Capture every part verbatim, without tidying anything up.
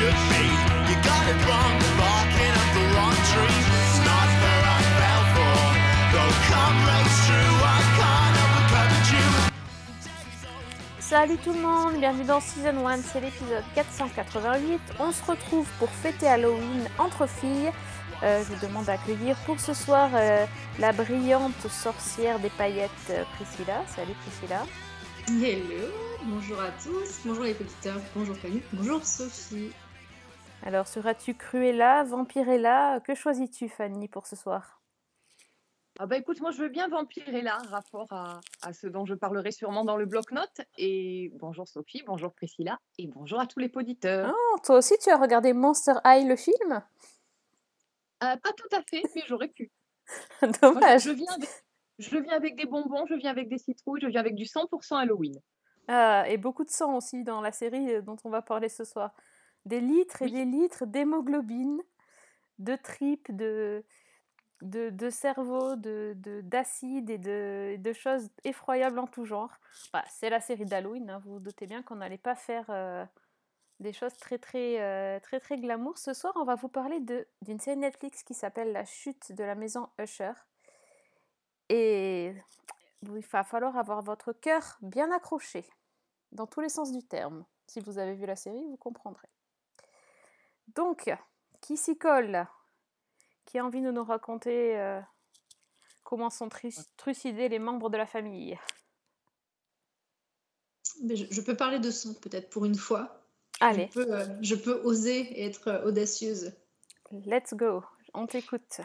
should be. You got it wrong, barking up the wrong tree. It's not that I fell for, though come race true, I can't help but covet you. Salut tout le monde, bienvenue dans Season un, c'est l'épisode quatre cent quatre-vingt-huit. On se retrouve pour fêter Halloween entre filles. Euh, je vous demande d'accueillir pour ce soir euh, la brillante sorcière des paillettes euh, Priscilla. Salut Priscilla. Hello, bonjour à tous, bonjour les auditeurs, bonjour Fanny, bonjour Sophie. Alors seras-tu Cruella, Vampirella? Que choisis-tu Fanny pour ce soir? Ah bah écoute, moi je veux bien Vampirella, rapport à, à ce dont je parlerai sûrement dans le bloc-notes. Et bonjour Sophie, bonjour Priscilla, et bonjour à tous les auditeurs. Oh, toi aussi tu as regardé Monster High le film? Euh, pas tout à fait, mais j'aurais pu. Dommage. Moi, je, je, viens avec, je viens avec des bonbons, je viens avec des citrouilles, je viens avec du cent pour cent Halloween. Ah, et beaucoup de sang aussi dans la série dont on va parler ce soir. Des litres et Oui. des litres d'hémoglobine, de tripes, de, de, de cerveau, de, de, d'acide et de, de choses effroyables en tout genre. Bah, c'est la série d'Halloween, hein, vous vous doutez bien qu'on n'allait pas faire euh, des choses très très, euh, très très glamour. Ce soir, on va vous parler de, d'une série Netflix qui s'appelle La chute de la maison Usher. Et il va falloir avoir votre cœur bien accroché, dans tous les sens du terme. Si vous avez vu la série, vous comprendrez. Donc, qui s'y colle? Qui a envie de nous raconter euh, comment sont tru- trucidés les membres de la famille? Mais je, je peux parler de son peut-être pour une fois. Allez, Je peux, euh, je peux oser et être euh, audacieuse. let's go, on t'écoute.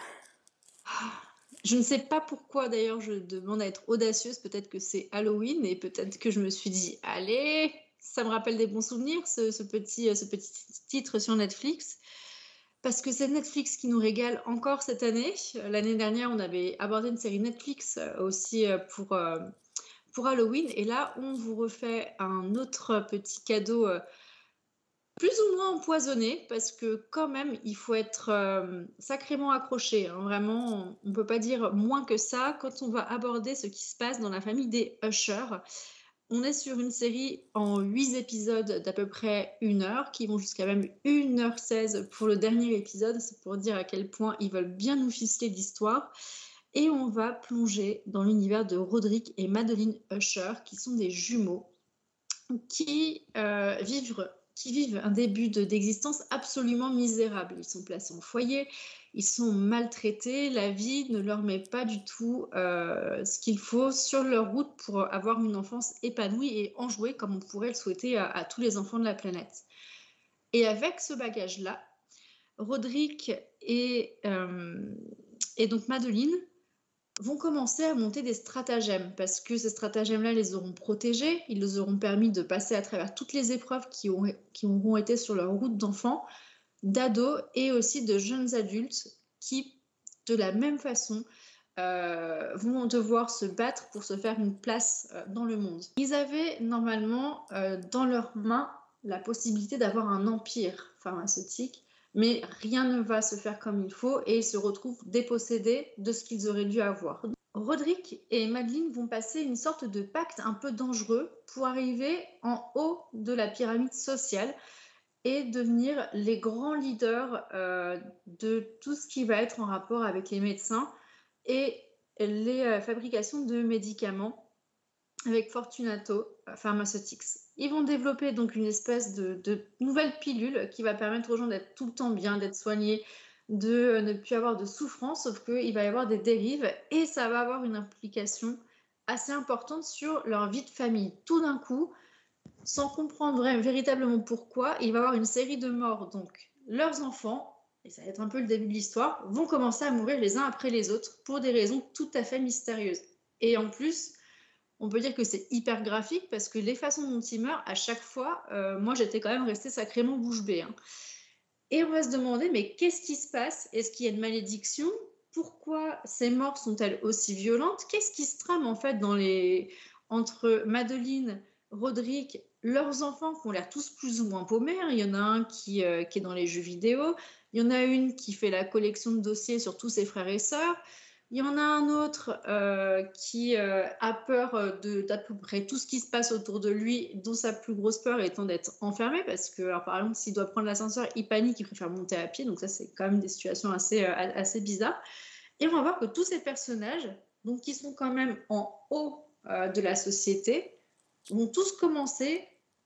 Je ne sais pas pourquoi d'ailleurs je demande à être audacieuse, peut-être que c'est Halloween et peut-être que je me suis dit allez, ça me rappelle des bons souvenirs ce, ce, petit, ce petit titre sur Netflix. Parce que c'est Netflix qui nous régale encore cette année. L'année dernière, on avait abordé une série Netflix aussi pour, euh, pour Halloween. Et là, on vous refait un autre petit cadeau euh, plus ou moins empoisonné. Parce que quand même, il faut être euh, sacrément accroché. Hein. Vraiment, on ne peut pas dire moins que ça quand on va aborder ce qui se passe dans la famille des Usher. On est sur une série en huit épisodes d'à peu près une heure, qui vont jusqu'à même une heure seize pour le dernier épisode. C'est pour dire à quel point ils veulent bien nous ficeler l'histoire. Et on va plonger dans l'univers de Roderick et Madeline Usher, qui sont des jumeaux qui, euh, vivent, qui vivent un début de, d'existence absolument misérable. Ils sont placés en foyer, ils sont maltraités, la vie ne leur met pas du tout euh, ce qu'il faut sur leur route pour avoir une enfance épanouie et enjouée comme on pourrait le souhaiter à, à tous les enfants de la planète. Et avec ce bagage-là, Roderick et, euh, et donc Madeline vont commencer à monter des stratagèmes parce que ces stratagèmes-là les auront protégés, ils les auront permis de passer à travers toutes les épreuves qui, ont, qui auront été sur leur route d'enfants, d'ados et aussi de jeunes adultes qui, de la même façon, euh, vont devoir se battre pour se faire une place euh, dans le monde. Ils avaient normalement euh, dans leurs mains la possibilité d'avoir un empire pharmaceutique, mais rien ne va se faire comme il faut et ils se retrouvent dépossédés de ce qu'ils auraient dû avoir. Roderick et Madeline vont passer une sorte de pacte un peu dangereux pour arriver en haut de la pyramide sociale et devenir les grands leaders euh, de tout ce qui va être en rapport avec les médecins et les euh, fabrications de médicaments avec Fortunato Pharmaceutics. Ils vont développer donc une espèce de, de nouvelle pilule qui va permettre aux gens d'être tout le temps bien, d'être soignés, de ne plus avoir de souffrance, sauf qu'il va y avoir des dérives et ça va avoir une implication assez importante sur leur vie de famille. Tout d'un coup, sans comprendre véritablement pourquoi, il va y avoir une série de morts. Donc, leurs enfants, et ça va être un peu le début de l'histoire, vont commencer à mourir les uns après les autres pour des raisons tout à fait mystérieuses. Et en plus, on peut dire que c'est hyper graphique parce que les façons dont ils meurent, à chaque fois, euh, moi j'étais quand même restée sacrément bouche bée. Hein. Et on va se demander, mais qu'est-ce qui se passe? Est-ce qu'il y a une malédiction? Pourquoi ces morts sont-elles aussi violentes? Qu'est-ce qui se trame en fait dans les... entre Madeline, Roderick, leurs enfants qui ont l'air tous plus ou moins paumés? Il y en a un qui, euh, qui est dans les jeux vidéo, il y en a une qui fait la collection de dossiers sur tous ses frères et sœurs. Il y en a un autre euh, qui euh, a peur euh, de, d'à peu près tout ce qui se passe autour de lui, dont sa plus grosse peur étant d'être enfermé, parce que, alors, par exemple, s'il doit prendre l'ascenseur, il panique, il préfère monter à pied, donc ça, c'est quand même des situations assez, euh, assez bizarres. Et on va voir que tous ces personnages, donc qui sont quand même en haut euh, de la société, vont tous commencer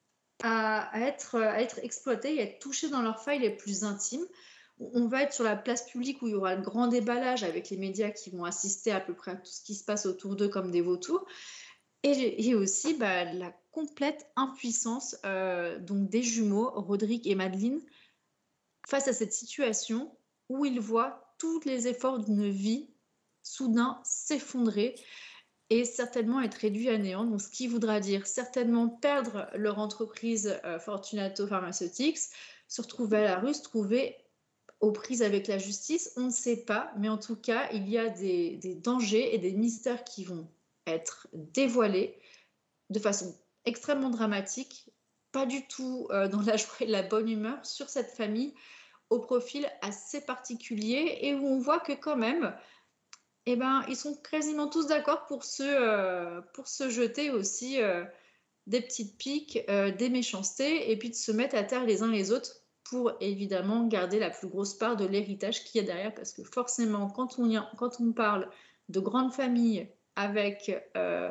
à, à, être, à être exploités et à être touchés dans leurs failles les plus intimes. On va être sur la place publique où il y aura le grand déballage avec les médias qui vont assister à peu près à tout ce qui se passe autour d'eux comme des vautours. Et, et aussi bah, la complète impuissance euh, donc des jumeaux, Roderick et Madeleine, face à cette situation où ils voient tous les efforts d'une vie soudain s'effondrer et certainement être réduits à néant. Donc, ce qui voudra dire certainement perdre leur entreprise euh, Fortunato Pharmaceutics, se retrouver à la rue, se trouver aux prises avec la justice, on ne sait pas, mais en tout cas, il y a des, des dangers et des mystères qui vont être dévoilés de façon extrêmement dramatique, pas du tout euh, dans la joie et la bonne humeur, sur cette famille au profil assez particulier et où on voit que quand même, eh ben, ils sont quasiment tous d'accord pour se, euh, pour se jeter aussi euh, des petites piques, euh, des méchancetés, et puis de se mettre à terre les uns les autres pour évidemment garder la plus grosse part de l'héritage qu'il y a derrière, parce que forcément, quand on, y a, quand on parle de grandes familles avec euh,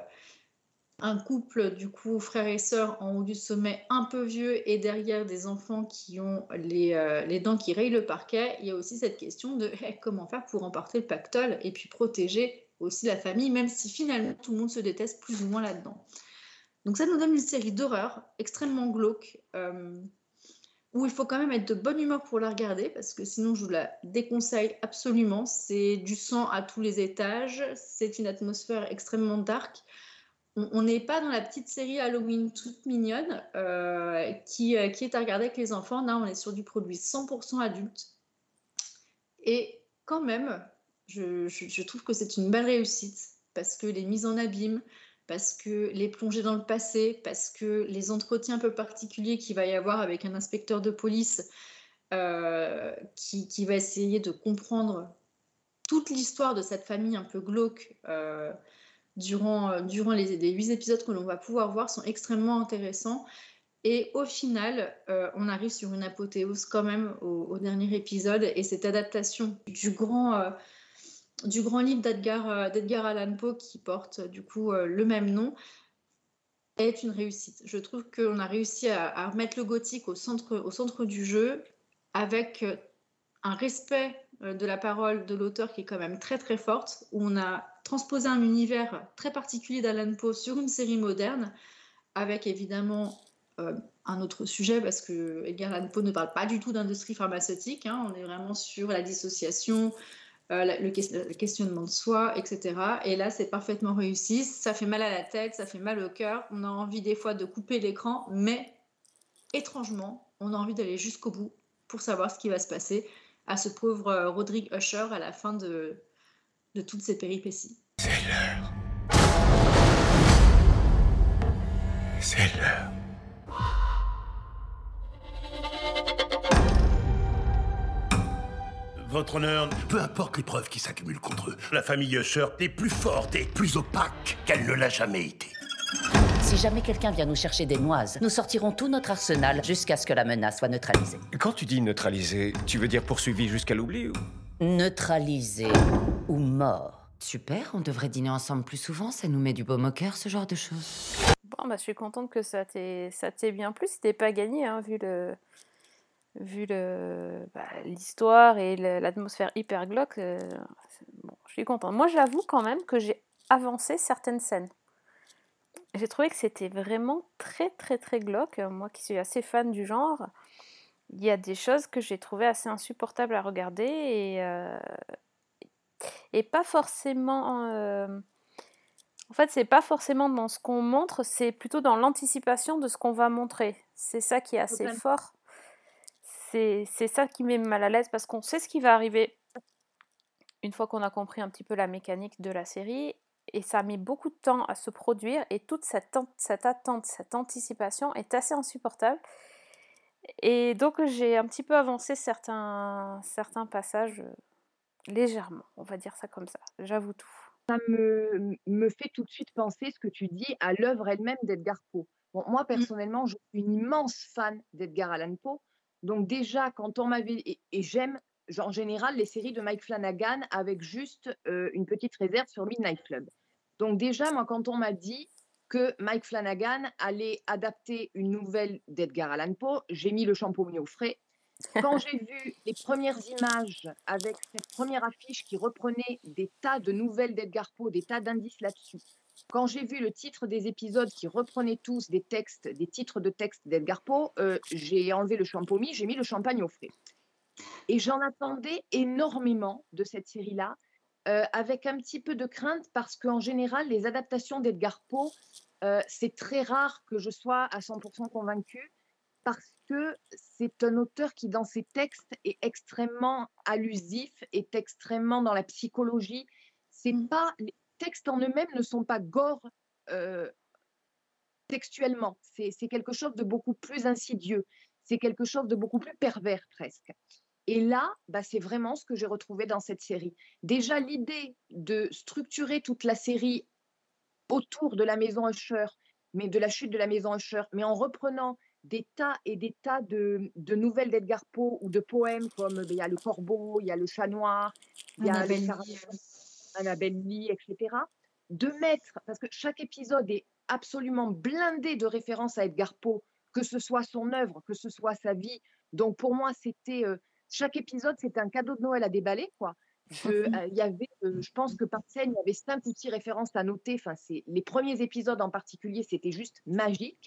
un couple, du coup, frères et sœurs en haut du sommet un peu vieux et derrière des enfants qui ont les, euh, les dents qui rayent le parquet, il y a aussi cette question de hey, comment faire pour remporter le pactole et puis protéger aussi la famille, même si finalement tout le monde se déteste plus ou moins là-dedans. Donc ça nous donne une série d'horreurs extrêmement glauques, euh, où il faut quand même être de bonne humeur pour la regarder, parce que sinon je vous la déconseille absolument. C'est du sang à tous les étages, c'est une atmosphère extrêmement dark. On n'est pas dans la petite série Halloween toute mignonne euh, qui, euh, qui est à regarder avec les enfants. Là, on est sur du produit cent pour cent adulte. Et quand même, je, je, je trouve que c'est une belle réussite, parce que les mises en abîme, parce que les plongées dans le passé, parce que les entretiens un peu particuliers qu'il va y avoir avec un inspecteur de police euh, qui, qui va essayer de comprendre toute l'histoire de cette famille un peu glauque euh, durant, durant les, les huit épisodes que l'on va pouvoir voir sont extrêmement intéressants. Et au final, euh, on arrive sur une apothéose quand même au, au dernier épisode, et cette adaptation du grand... Euh, du grand livre d'Edgar, euh, d'Edgar Allan Poe qui porte du coup euh, le même nom, est une réussite. Je trouve qu'on a réussi à, à remettre le gothique au centre, au centre du jeu, avec euh, un respect euh, de la parole de l'auteur qui est quand même très très forte, où on a transposé un univers très particulier d'Allan Poe sur une série moderne, avec évidemment euh, un autre sujet, parce que Edgar Allan Poe ne parle pas du tout d'industrie pharmaceutique, hein, on est vraiment sur la dissociation, Euh, le, le questionnement de soi, et cetera. Et là, c'est parfaitement réussi. Ça fait mal à la tête, ça fait mal au cœur. On a envie des fois de couper l'écran, mais étrangement, on a envie d'aller jusqu'au bout pour savoir ce qui va se passer à ce pauvre euh, Roderick Usher à la fin de, de toutes ces péripéties. C'est l'heure. C'est l'heure. Votre honneur, Peu importe les preuves qui s'accumulent contre eux, la famille Usher est plus forte et plus opaque qu'elle ne l'a jamais été. Si jamais quelqu'un vient nous chercher des noises, nous sortirons tout notre arsenal jusqu'à ce que la menace soit neutralisée. Quand tu dis neutralisé, tu veux dire poursuivi jusqu'à l'oubli ou... Neutralisée ou mort. Super, on devrait dîner ensemble plus souvent, ça nous met du baume au cœur, ce genre de choses. Bon, bah, je suis contente que ça t'ait, ça t'ait bien plu. C'était pas gagné, hein, vu le... vu le, bah, l'histoire et le, l'atmosphère hyper glauque, euh, bon, je suis contente. Moi, j'avoue quand même que j'ai avancé certaines scènes. J'ai trouvé que c'était vraiment très, très, très glauque. Moi qui suis assez fan du genre, il y a des choses que j'ai trouvées assez insupportables à regarder et, euh, et pas forcément... Euh, en fait, c'est pas forcément dans ce qu'on montre, c'est plutôt dans l'anticipation de ce qu'on va montrer. C'est ça qui est assez Totalement. fort. C'est, c'est ça qui met mal à l'aise, parce qu'on sait ce qui va arriver une fois qu'on a compris un petit peu la mécanique de la série, et ça met beaucoup de temps à se produire, et toute cette, cette attente, cette anticipation est assez insupportable. Et donc j'ai un petit peu avancé certains, certains passages légèrement, on va dire ça comme ça, j'avoue tout. Ça me, me fait tout de suite penser, ce que tu dis, à l'œuvre elle-même d'Edgar Poe. Bon, moi, personnellement, je suis une immense fan d'Edgar Allan Poe. Donc déjà, quand on m'avait... Et, et j'aime, en général, les séries de Mike Flanagan avec juste euh, une petite réserve sur Midnight Club. Donc déjà, moi, quand on m'a dit que Mike Flanagan allait adapter une nouvelle d'Edgar Allan Poe, j'ai mis le shampoing au frais. Quand j'ai vu les premières images avec cette première affiche qui reprenait des tas de nouvelles d'Edgar Poe, des tas d'indices là-dessus, quand j'ai vu le titre des épisodes qui reprenaient tous des textes, des titres de textes d'Edgar Poe, euh, j'ai enlevé le shampoing, j'ai mis le champagne au frais. Et j'en attendais énormément de cette série-là, euh, avec un petit peu de crainte parce qu'en général, les adaptations d'Edgar Poe, euh, c'est très rare que je sois à cent pour cent convaincue, parce que c'est un auteur qui, dans ses textes, est extrêmement allusif, est extrêmement dans la psychologie. C'est pas, les textes en eux-mêmes ne sont pas gore euh, textuellement. C'est, c'est quelque chose de beaucoup plus insidieux. C'est quelque chose de beaucoup plus pervers, presque. Et là, bah, c'est vraiment ce que j'ai retrouvé dans cette série. Déjà, l'idée de structurer toute la série autour de la maison Usher, mais de la chute de la maison Usher, mais en reprenant des tas et des tas de, de nouvelles d'Edgar Poe ou de poèmes comme il y a le corbeau, il y a le chat noir, il y a Annabelle le Lee. Carnaval, Annabelle Lee, et cetera. De mettre, parce que chaque épisode est absolument blindé de références à Edgar Poe, que ce soit son œuvre, que ce soit sa vie. Donc pour moi, c'était euh, chaque épisode, c'était un cadeau de Noël à déballer, quoi. Je, euh, y avait, euh, je pense que par scène, il y avait cinq ou six références à noter. Enfin, c'est, les premiers épisodes en particulier, c'était juste magique.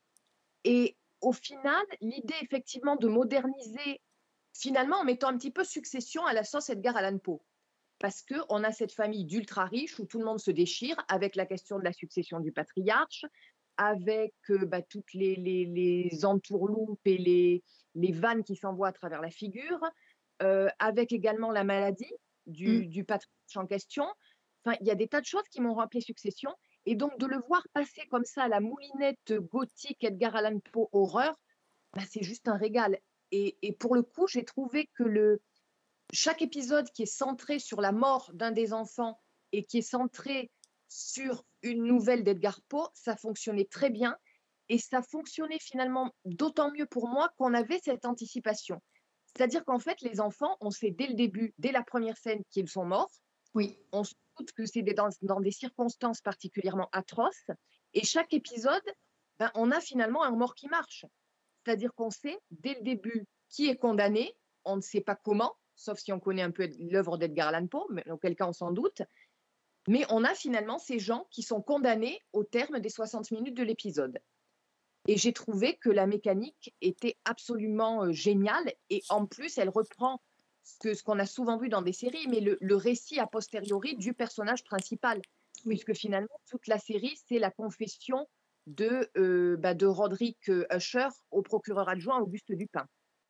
Et au final, l'idée effectivement de moderniser, finalement en mettant un petit peu Succession à la sauce Edgar Allan Poe. Parce qu'on a cette famille d'ultra riches où tout le monde se déchire avec la question de la succession du patriarche, avec euh, bah, toutes les, les, les entourloupes et les, les vannes qui s'envoient à travers la figure, euh, avec également la maladie du, mm. du patriarche en question. Enfin, il y a des tas de choses qui m'ont rappelé Succession. Et donc, de le voir passer comme ça à la moulinette gothique Edgar Allan Poe horreur, bah, c'est juste un régal. Et, et pour le coup, j'ai trouvé que le, chaque épisode qui est centré sur la mort d'un des enfants et qui est centré sur une nouvelle d'Edgar Poe, ça fonctionnait très bien. Et ça fonctionnait finalement d'autant mieux pour moi qu'on avait cette anticipation. C'est-à-dire qu'en fait, les enfants, on sait dès le début, dès la première scène, qu'ils sont morts. Oui. On se doute que c'est dans, dans des circonstances particulièrement atroces. Et chaque épisode, ben, on a finalement un mort qui marche. C'est-à-dire qu'on sait dès le début qui est condamné. On ne sait pas comment, sauf si on connaît un peu l'œuvre d'Edgar Allan Poe, mais dans quel cas on s'en doute. Mais on a finalement ces gens qui sont condamnés au terme des soixante minutes de l'épisode. Et j'ai trouvé que la mécanique était absolument euh, géniale. Et en plus, elle reprend ce, que, ce qu'on a souvent vu dans des séries, mais le, le récit a posteriori du personnage principal. Oui. Puisque finalement, toute la série, c'est la confession de, euh, bah, de Roderick Usher au procureur adjoint Auguste Dupin.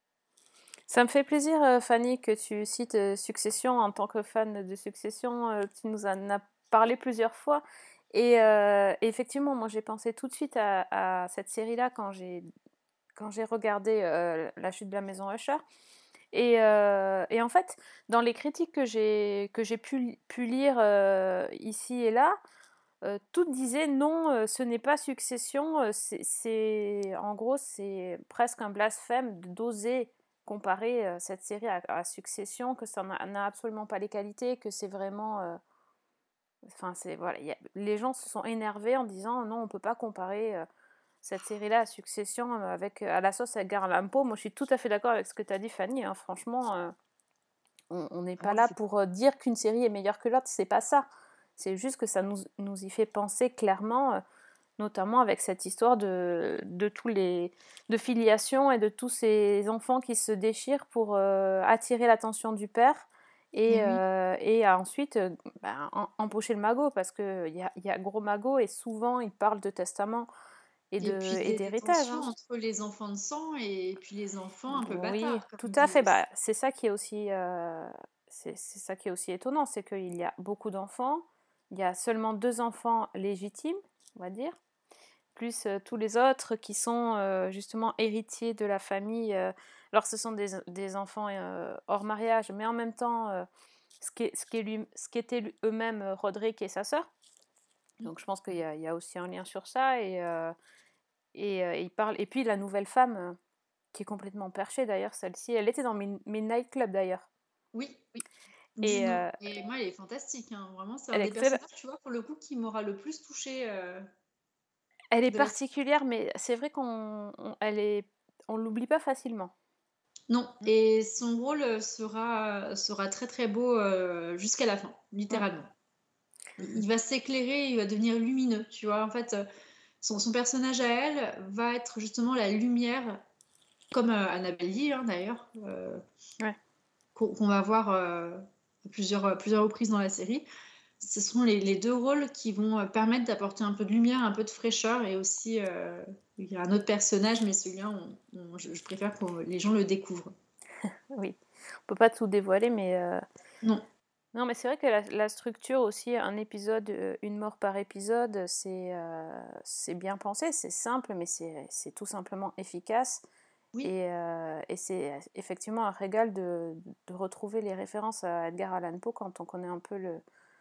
Ça me fait plaisir, euh, Fanny, que tu cites euh, Succession en tant que fan de Succession. Euh, tu nous en as parlé plusieurs fois. Et, euh, et effectivement, moi, j'ai pensé tout de suite à, à cette série-là quand j'ai, quand j'ai regardé euh, La chute de la maison Usher. Et, euh, et en fait, dans les critiques que j'ai, que j'ai pu, pu lire euh, ici et là, euh, toutes disaient non, euh, ce n'est pas Succession. Euh, c'est, c'est, en gros, c'est presque un blasphème d'oser comparer euh, cette série à, à Succession, que ça n'a absolument pas les qualités, que c'est vraiment... Euh, enfin, c'est, voilà, y a, les gens se sont énervés en disant non, on ne peut pas comparer euh, cette série-là à Succession avec, à la sauce Edgar Allan Poe. Moi, je suis tout à fait d'accord avec ce que tu as dit, Fanny. Hein. Franchement, euh, on n'est pas ah, là c'est... pour euh, dire qu'une série est meilleure que l'autre. C'est pas ça. C'est juste que ça nous, nous y fait penser clairement... Euh, notamment avec cette histoire de, de tous les de filiation et de tous ces enfants qui se déchirent pour euh, attirer l'attention du père et, oui. euh, et à ensuite euh, ben, en, empocher le magot parce qu'il y a, y a gros magot et souvent il parle de testament et, de, et, et d'héritage. Hein. Entre les enfants de sang et puis les enfants un peu oui, bâtards. Tout à fait, bah, c'est ça qui est aussi euh, c'est, c'est ça qui est aussi étonnant, c'est qu'il y a beaucoup d'enfants, il y a seulement deux enfants légitimes, on va dire, plus euh, tous les autres qui sont euh, justement héritiers de la famille. Euh, alors ce sont des, des enfants euh, hors mariage, mais en même temps, euh, ce qui est, ce qui est lui, ce qu'étaient lui- eux-mêmes euh, Roderick et sa sœur. Donc je pense qu'il y a, il y a aussi un lien sur ça et euh, et euh, il parle. Et puis la nouvelle femme euh, qui est complètement perchée d'ailleurs, celle-ci, elle était dans Min- Midnight Club d'ailleurs. Oui, oui. Et Juno. euh, Et moi, elle est fantastique. Hein. Vraiment, c'est un elle est des excellente. personnages, tu vois, pour le coup, qui m'aura le plus touchée euh, Elle est de la série. particulière, mais c'est vrai qu'on, on, elle est, on l'oublie pas facilement. Non, et son rôle euh, sera, sera très très beau euh, jusqu'à la fin, Mm. littéralement. Il il va s'éclairer, il va devenir lumineux, tu vois. En fait, euh, son, son personnage à elle va être justement la lumière, comme euh, Annabelle Lee, hein, d'ailleurs, euh, Ouais. qu'on qu'on va voir euh, à plusieurs, à plusieurs reprises dans la série. Ce sont les, les deux rôles qui vont euh, permettre d'apporter un peu de lumière, un peu de fraîcheur, et aussi, euh, il y a un autre personnage, mais celui-là, on- on- je, je préfère que les gens le découvrent. Oui, on peut pas tout dévoiler, mais euh, Non. non, mais c'est vrai que la, la structure aussi, un épisode, euh, une mort par épisode, c'est euh, c'est bien pensé, c'est simple, mais c'est c'est tout simplement efficace. Oui. Et, euh, et c'est effectivement un régal de, de retrouver les références à Edgar Allan Poe quand on connaît un peu le,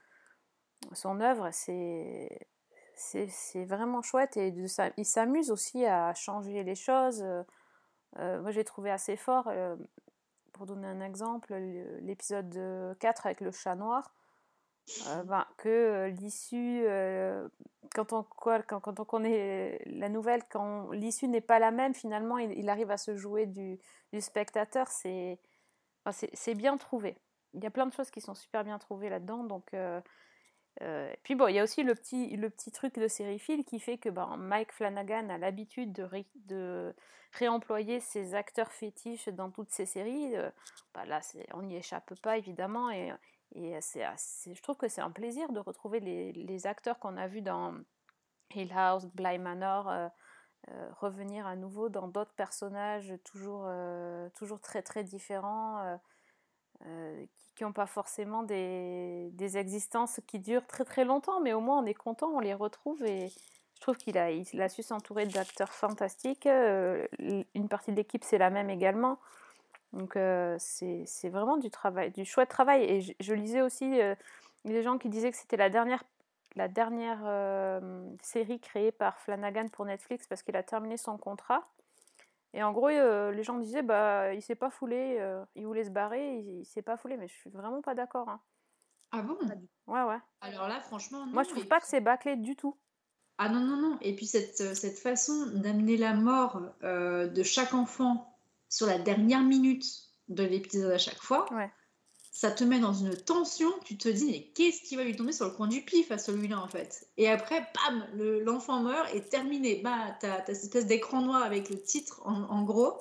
son œuvre. C'est c'est c'est vraiment chouette et de, ça, il s'amuse aussi à changer les choses. Euh, moi, j'ai trouvé assez fort. Euh, pour donner un exemple, le- l'épisode quatre avec le chat noir, euh, ben, que euh, l'issue, euh, quand, on, quoi, quand, quand on connaît la nouvelle, quand l'issue n'est pas la même, finalement, il, il arrive à se jouer du, du spectateur. C'est, enfin, c'est, c'est bien trouvé. Il y a plein de choses qui sont super bien trouvées là-dedans. Donc, euh, euh, puis bon, il y a aussi le petit, le petit truc de sériephile qui fait que ben, Mike Flanagan a l'habitude de, ré, de réemployer ses acteurs fétiches dans toutes ses séries. Euh, ben là, c'est, on n'y échappe pas évidemment. Et, et c'est, c'est, je trouve que c'est un plaisir de retrouver les, les acteurs qu'on a vus dans Hill House, Bly Manor, euh, euh, revenir à nouveau dans d'autres personnages toujours, euh, toujours très très différents. Euh, euh, qui n'ont pas forcément des, des existences qui durent très très longtemps, mais au moins on est content, on les retrouve et je trouve qu'il a, il a su s'entourer d'acteurs fantastiques. Euh, une partie de l'équipe c'est la même également, donc euh, c'est, c'est vraiment du travail, du chouette travail. Et je, je lisais aussi euh, des gens qui disaient que c'était la dernière, la dernière euh, série créée par Flanagan pour Netflix parce qu'il a terminé son contrat. Et en gros, euh, les gens disaient, bah, il s'est pas foulé, euh, il voulait se barrer, il, il s'est pas foulé, mais je suis vraiment pas d'accord. Hein. Ah bon? Ouais, ouais. Alors là, franchement, non. Moi, je trouve Et pas puis... que c'est bâclé du tout. Ah non, non, non. Et puis cette, cette façon d'amener la mort euh, de chaque enfant sur la dernière minute de l'épisode à chaque fois, ouais. Ça te met dans une tension, tu te dis, mais qu'est-ce qui va lui tomber sur le coin du pif à celui-là, en fait? Et après, bam, le, l'enfant meurt et terminé. Bah, t'as, t'as cette espèce d'écran noir avec le titre en, en gros.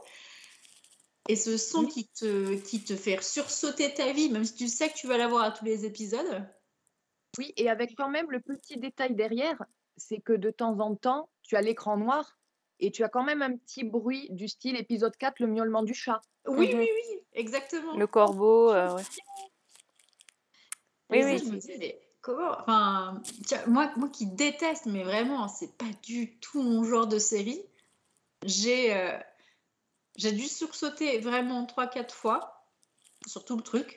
Et ce son Oui. qui te, qui te fait sursauter ta vie, même si tu sais que tu vas l'avoir à tous les épisodes. Oui, et avec quand même le petit détail derrière, c'est que de temps en temps, tu as l'écran noir et tu as quand même un petit bruit du style épisode quatre, le miaulement du chat. Oui, Mhm. oui, oui, exactement. Le corbeau, euh, ouais. Et Oui, ça, oui. je me dis, mais comment? Enfin, tiens, moi, moi qui déteste, mais vraiment, c'est pas du tout mon genre de série. J'ai, euh, j'ai dû sursauter vraiment trois quatre fois sur tout le truc.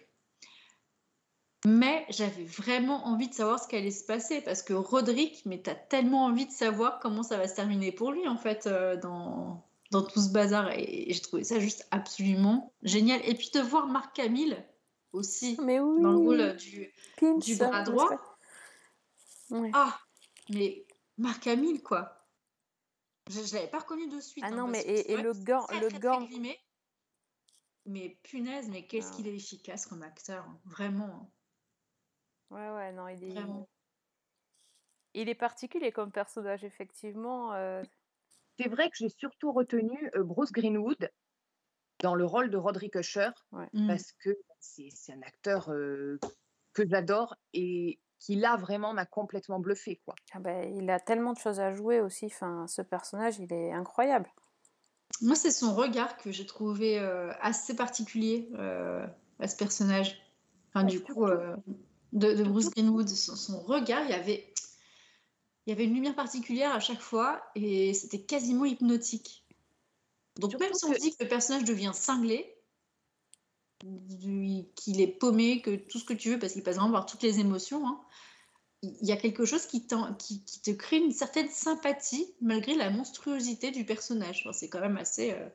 Mais j'avais vraiment envie de savoir ce qui allait se passer parce que Roderick, mais t'as tellement envie de savoir comment ça va se terminer pour lui en fait euh, dans, dans tout ce bazar et j'ai trouvé ça juste absolument génial. Et puis de voir Marc Hamill aussi Mais oui. dans le rôle du, Pins, du bras droit. Ouais. Ah, mais Marc Hamill quoi. Je, je l'avais pas reconnu de suite. Ah hein, non, mais parce que et, c'est et vrai le que c'est gant, très, le très, gant. très grimé. Mais punaise, mais qu'est-ce Ah qu'il ouais. est efficace comme acteur, hein. Vraiment. Ouais, ouais, non, il est, Vraiment. il est particulier comme personnage, effectivement. euh, C'est vrai que j'ai surtout retenu euh, Bruce Greenwood dans le rôle de Roderick Usher Ouais. Mm. parce que c'est, c'est un acteur euh, que j'adore et qui là vraiment m'a complètement bluffé quoi. Ah ben, il a tellement de choses à jouer aussi. Enfin, ce personnage, il est incroyable. Moi, c'est son regard que j'ai trouvé euh, assez particulier euh, à ce personnage. Enfin, Et du surtout, coup, euh, de, de Bruce surtout, Greenwood, son, son regard, il y avait, il y avait une lumière particulière à chaque fois et c'était quasiment hypnotique. Donc, même surtout si on que se dit que le personnage devient cinglé, du- qu'il est paumé, que tout ce que tu veux, parce qu'il passe vraiment par toutes les émotions, hein. Il y a quelque chose qui, t'en- qui, qui te crée une certaine sympathie malgré la monstruosité du personnage. Enfin, c'est quand même assez, euh,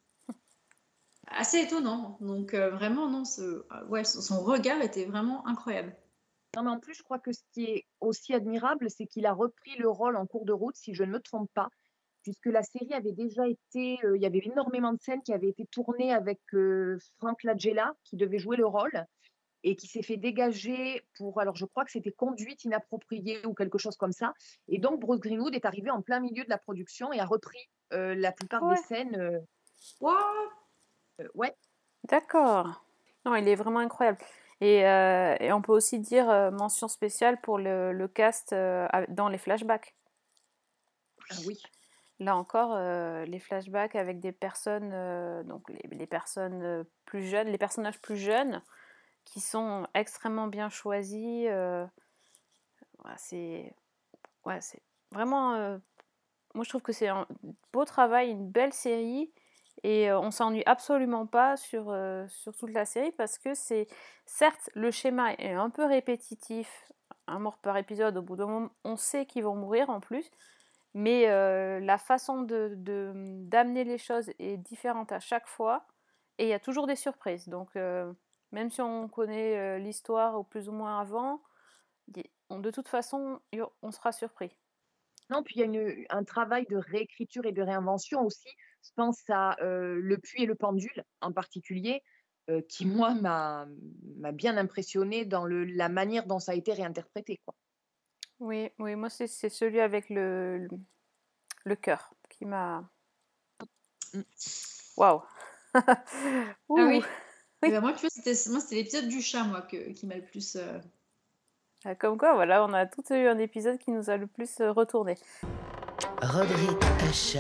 assez étonnant. Donc euh, vraiment, non, ce, ah ouais, son son regard était vraiment incroyable. Non, mais en plus, je crois que ce qui est aussi admirable, c'est qu'il a repris le rôle en cours de route, si je ne me trompe pas, puisque la série avait déjà été, euh, il y avait énormément de scènes qui avaient été tournées avec euh, Frank Langella, qui devait jouer le rôle, et qui s'est fait dégager pour, alors je crois que c'était conduite inappropriée ou quelque chose comme ça. Et donc Bruce Greenwood est arrivé en plein milieu de la production et a repris euh, la plupart Ouais, des scènes. euh, What? euh, ouais, d'accord. Non, il est vraiment incroyable. Et, euh, et on peut aussi dire euh, mention spéciale pour le, le cast euh, av- dans les flashbacks. ah oui. Là encore, euh, les flashbacks avec des personnes, euh, donc les, les personnes euh, plus jeunes, les personnages plus jeunes, qui sont extrêmement bien choisis. euh, ouais, c'est, ouais, c'est vraiment. euh, moi, je trouve que c'est un beau travail, une belle série, et euh, on s'ennuie absolument pas sur, euh, sur toute la série parce que c'est, certes, le schéma est un peu répétitif, un mort par épisode. Au bout d'un moment, on sait qu'ils vont mourir en plus. Mais euh, la façon de, de- d'amener les choses est différente à chaque fois et il y a toujours des surprises. Donc, euh, même si on connaît euh, l'histoire au plus ou moins avant, y- on- de toute façon, y- on sera surpris. Non, puis il y a une- un travail de réécriture et de réinvention aussi. Je pense à euh, Le Puits et le Pendule en particulier, euh, qui moi m'a m'a bien impressionné dans le, la manière dont ça a été réinterprété, quoi. Oui, oui, moi c'est, c'est celui avec le, le, le cœur qui m'a. Mm. Waouh! Ah Ouh! oui. Et Oui. ben moi, tu vois, c'était moi, c'était l'épisode du chat, moi, que, qui m'a le plus. euh, Ah, comme quoi, voilà, on a tous eu un épisode qui nous a le plus euh, retourné. Roderick Usher.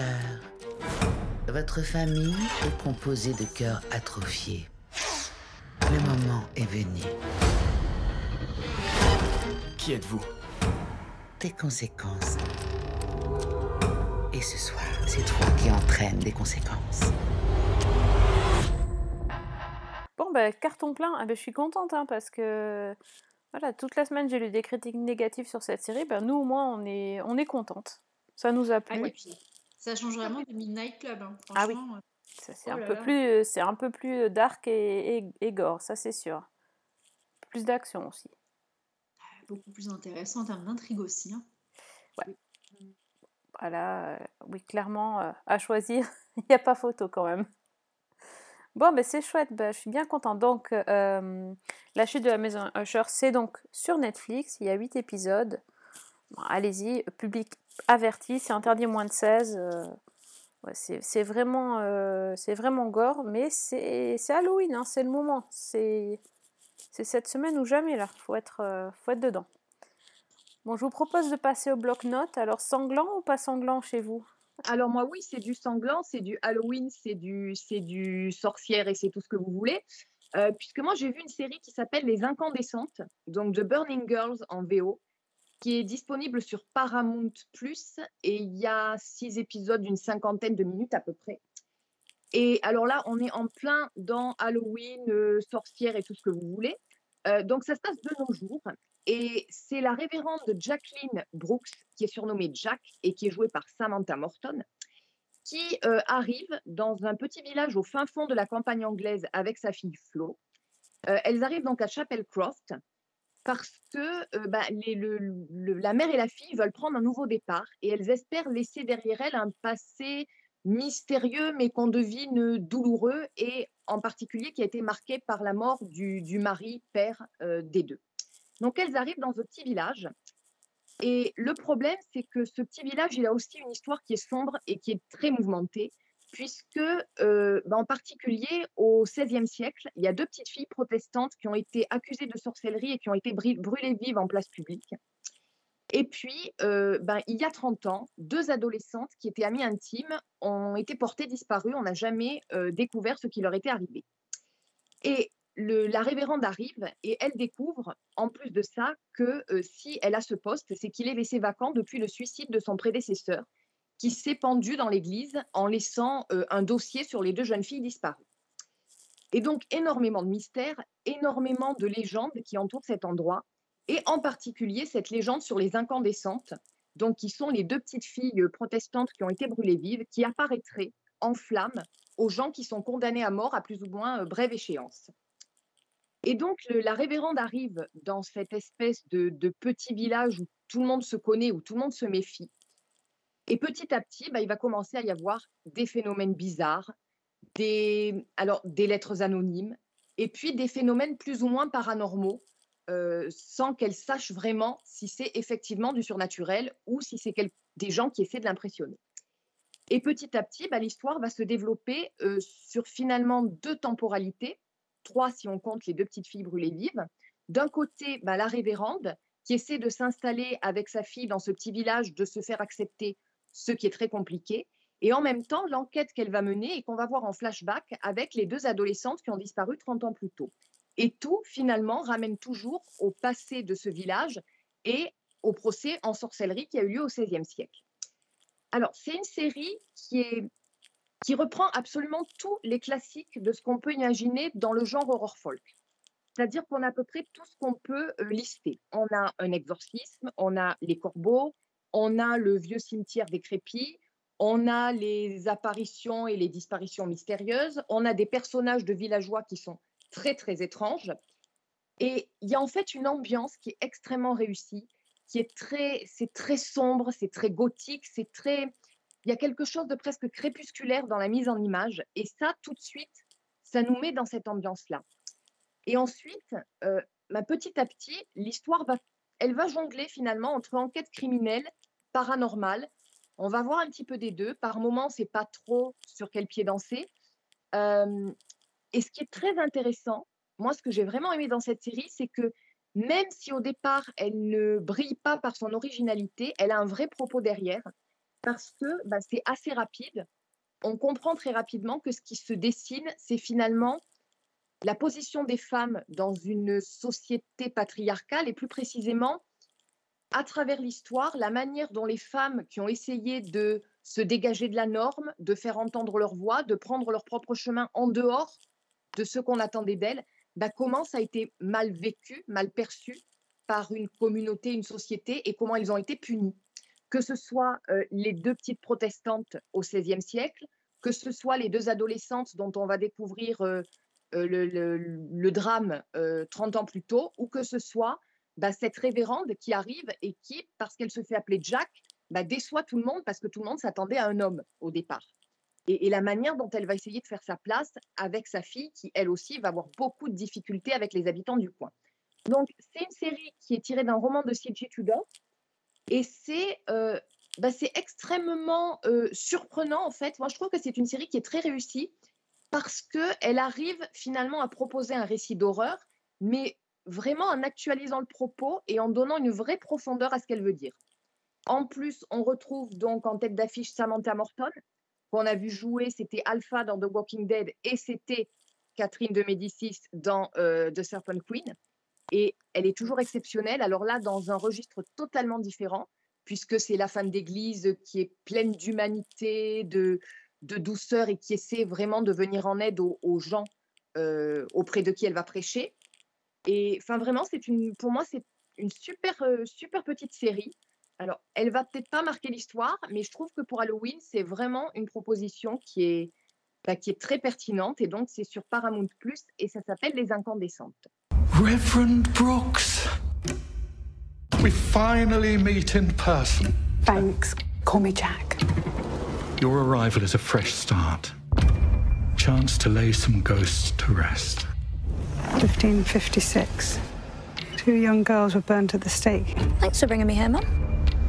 Votre famille est composée de cœurs atrophiés. Le moment est venu. Qui êtes-vous? Des conséquences. Et ce soir, c'est toi qui entraîne des conséquences. Bon, bah, carton plein. Ah, bah, je suis contente hein, parce que voilà, toute la semaine j'ai lu des critiques négatives sur cette série. Bah, nous, au moins, on est, on est contente. Ça nous a Ah, plu. et puis, ça change vraiment du Midnight Club, hein. Ah oui, Franchement. euh, ça, c'est, Oh un là peu là. plus, c'est un peu plus dark et, et, et gore, ça c'est sûr. Plus d'action aussi. Beaucoup plus intéressant en termes d'intrigue aussi, hein. Voilà, euh, oui, clairement, euh, à choisir, il n'y a pas photo quand même. Bon, ben c'est chouette, ben, je suis bien contente. Donc, euh, La chute de la maison Usher, c'est donc sur Netflix, il y a huit épisodes. Bon, allez-y, public averti, c'est interdit moins de seize. euh, ouais, c'est, c'est vraiment, euh, c'est vraiment gore, mais c'est, c'est Halloween, hein, c'est le moment. C'est, c'est cette semaine ou jamais, là, faut être, euh, faut être dedans. Bon, je vous propose de passer au bloc-notes. Alors, sanglant ou pas sanglant chez vous? Alors moi, oui, c'est du sanglant, c'est du Halloween, c'est du, c'est du sorcière et c'est tout ce que vous voulez. Euh, puisque moi, j'ai vu une série qui s'appelle Les Incandescentes, donc The Burning Girls en V O, qui est disponible sur Paramount Plus, et il y a six épisodes d'une cinquantaine de minutes à peu près. Et alors là, on est en plein dans Halloween, euh, sorcière et tout ce que vous voulez. Euh, donc ça se passe de nos jours. Et c'est la révérende Jacqueline Brooks, qui est surnommée Jack et qui est jouée par Samantha Morton, qui euh, arrive dans un petit village au fin fond de la campagne anglaise avec sa fille Flo. Euh, elles arrivent donc à Chapel Croft parce que euh, bah, les, le, le, la mère et la fille veulent prendre un nouveau départ et elles espèrent laisser derrière elles un passé mystérieux mais qu'on devine douloureux et en particulier qui a été marqué par la mort du, du mari, père euh, des deux. Donc elles arrivent dans ce petit village et le problème c'est que ce petit village il a aussi une histoire qui est sombre et qui est très mouvementée puisque euh, bah, en particulier au seizième siècle, il y a deux petites filles protestantes qui ont été accusées de sorcellerie et qui ont été brûlées vives en place publique. Et puis, euh, ben, il y a trente ans, deux adolescentes qui étaient amies intimes ont été portées disparues. On n'a jamais euh, découvert ce qui leur était arrivé. Et le, la révérende arrive et elle découvre, en plus de ça, que euh, si elle a ce poste, c'est qu'il est laissé vacant depuis le suicide de son prédécesseur, qui s'est pendu dans l'église en laissant euh, un dossier sur les deux jeunes filles disparues. Et donc, énormément de mystères, énormément de légendes qui entourent cet endroit, et en particulier cette légende sur les incandescentes, donc qui sont les deux petites filles euh, protestantes qui ont été brûlées vives, qui apparaîtraient en flammes aux gens qui sont condamnés à mort à plus ou moins euh, brève échéance. Et donc, le- la révérende arrive dans cette espèce de, de petit village où tout le monde se connaît, où tout le monde se méfie. Et petit à petit, bah, il va commencer à y avoir des phénomènes bizarres, des, alors, des lettres anonymes, et puis des phénomènes plus ou moins paranormaux, euh, sans qu'elle sache vraiment si c'est effectivement du surnaturel ou si c'est quel- des gens qui essaient de l'impressionner. Et petit à petit, bah, l'histoire va se développer euh, sur finalement deux temporalités, trois si on compte les deux petites filles brûlées vives. D'un côté, bah, la révérende qui essaie de s'installer avec sa fille dans ce petit village, de se faire accepter, ce qui est très compliqué. Et en même temps, l'enquête qu'elle va mener et qu'on va voir en flashback avec les deux adolescentes qui ont disparu trente ans plus tôt. Et tout, finalement, ramène toujours au passé de ce village et au procès en sorcellerie qui a eu lieu au seizième siècle. Alors, c'est une série qui, est, qui reprend absolument tous les classiques de ce qu'on peut imaginer dans le genre horror folk. C'est-à-dire qu'on a à peu près tout ce qu'on peut euh, lister. On a un exorcisme, on a les corbeaux, on a le vieux cimetière décrépit, on a les apparitions et les disparitions mystérieuses, on a des personnages de villageois qui sont très, très étranges. Et il y a en fait une ambiance qui est extrêmement réussie, qui est très, c'est très sombre, c'est très gothique, c'est très, il y a quelque chose de presque crépusculaire dans la mise en image. Et ça, tout de suite, ça nous met dans cette ambiance-là. Et ensuite, euh, bah, petit à petit, l'histoire va, elle va jongler finalement entre enquête criminelle, paranormale. On va voir un petit peu des deux. Par moments, c'est pas trop sur quel pied danser. Euh, et ce qui est très intéressant, moi, ce que j'ai vraiment aimé dans cette série, c'est que même si au départ, elle ne brille pas par son originalité, elle a un vrai propos derrière, parce que bah, c'est assez rapide. On comprend très rapidement que ce qui se dessine, c'est finalement la position des femmes dans une société patriarcale et plus précisément, à travers l'histoire, la manière dont les femmes qui ont essayé de se dégager de la norme, de faire entendre leur voix, de prendre leur propre chemin en dehors de ce qu'on attendait d'elles, bah, comment ça a été mal vécu, mal perçu par une communauté, une société, et comment elles ont été punies. Que ce soit euh, les deux petites protestantes au seizième siècle, que ce soit les deux adolescentes dont on va découvrir euh, euh, le, le- le drame euh, trente ans plus tôt, ou que ce soit bah, cette révérende qui arrive et qui, parce qu'elle se fait appeler Jack, bah, déçoit tout le monde parce que tout le monde s'attendait à un homme au départ. Et, et la manière dont elle va essayer de faire sa place avec sa fille, qui elle aussi va avoir beaucoup de difficultés avec les habitants du coin. Donc, c'est une série qui est tirée d'un roman de C J Tudor, et c'est euh, bah, c'est extrêmement euh, surprenant en fait. Moi, je trouve que c'est une série qui est très réussie parce qu'elle arrive finalement à proposer un récit d'horreur, mais vraiment en actualisant le propos et en donnant une vraie profondeur à ce qu'elle veut dire. En plus, on retrouve donc en tête d'affiche Samantha Morton, qu'on a vu jouer, c'était Alpha dans The Walking Dead et c'était Catherine de Médicis dans euh, The Serpent Queen. Et elle est toujours exceptionnelle. Alors là, dans un registre totalement différent, puisque c'est la femme d'église qui est pleine d'humanité, de, de douceur et qui essaie vraiment de venir en aide aux, aux gens euh, auprès de qui elle va prêcher. Et enfin, vraiment, c'est une, pour moi, c'est une super, euh, super petite série. Alors, elle va peut-être pas marquer l'histoire, mais je trouve que pour Halloween, c'est vraiment une proposition qui est, bah, qui est très pertinente. Et donc, c'est sur Paramount Plus et ça s'appelle Les Incandescentes. Reverend Brooks, we finally meet in person. Thanks. Call me Jack. Your arrival is a fresh start. Chance to lay some ghosts to rest. fifteen fifty-six. Two young girls were burnt at the stake. Thanks for bringing me here, Mum.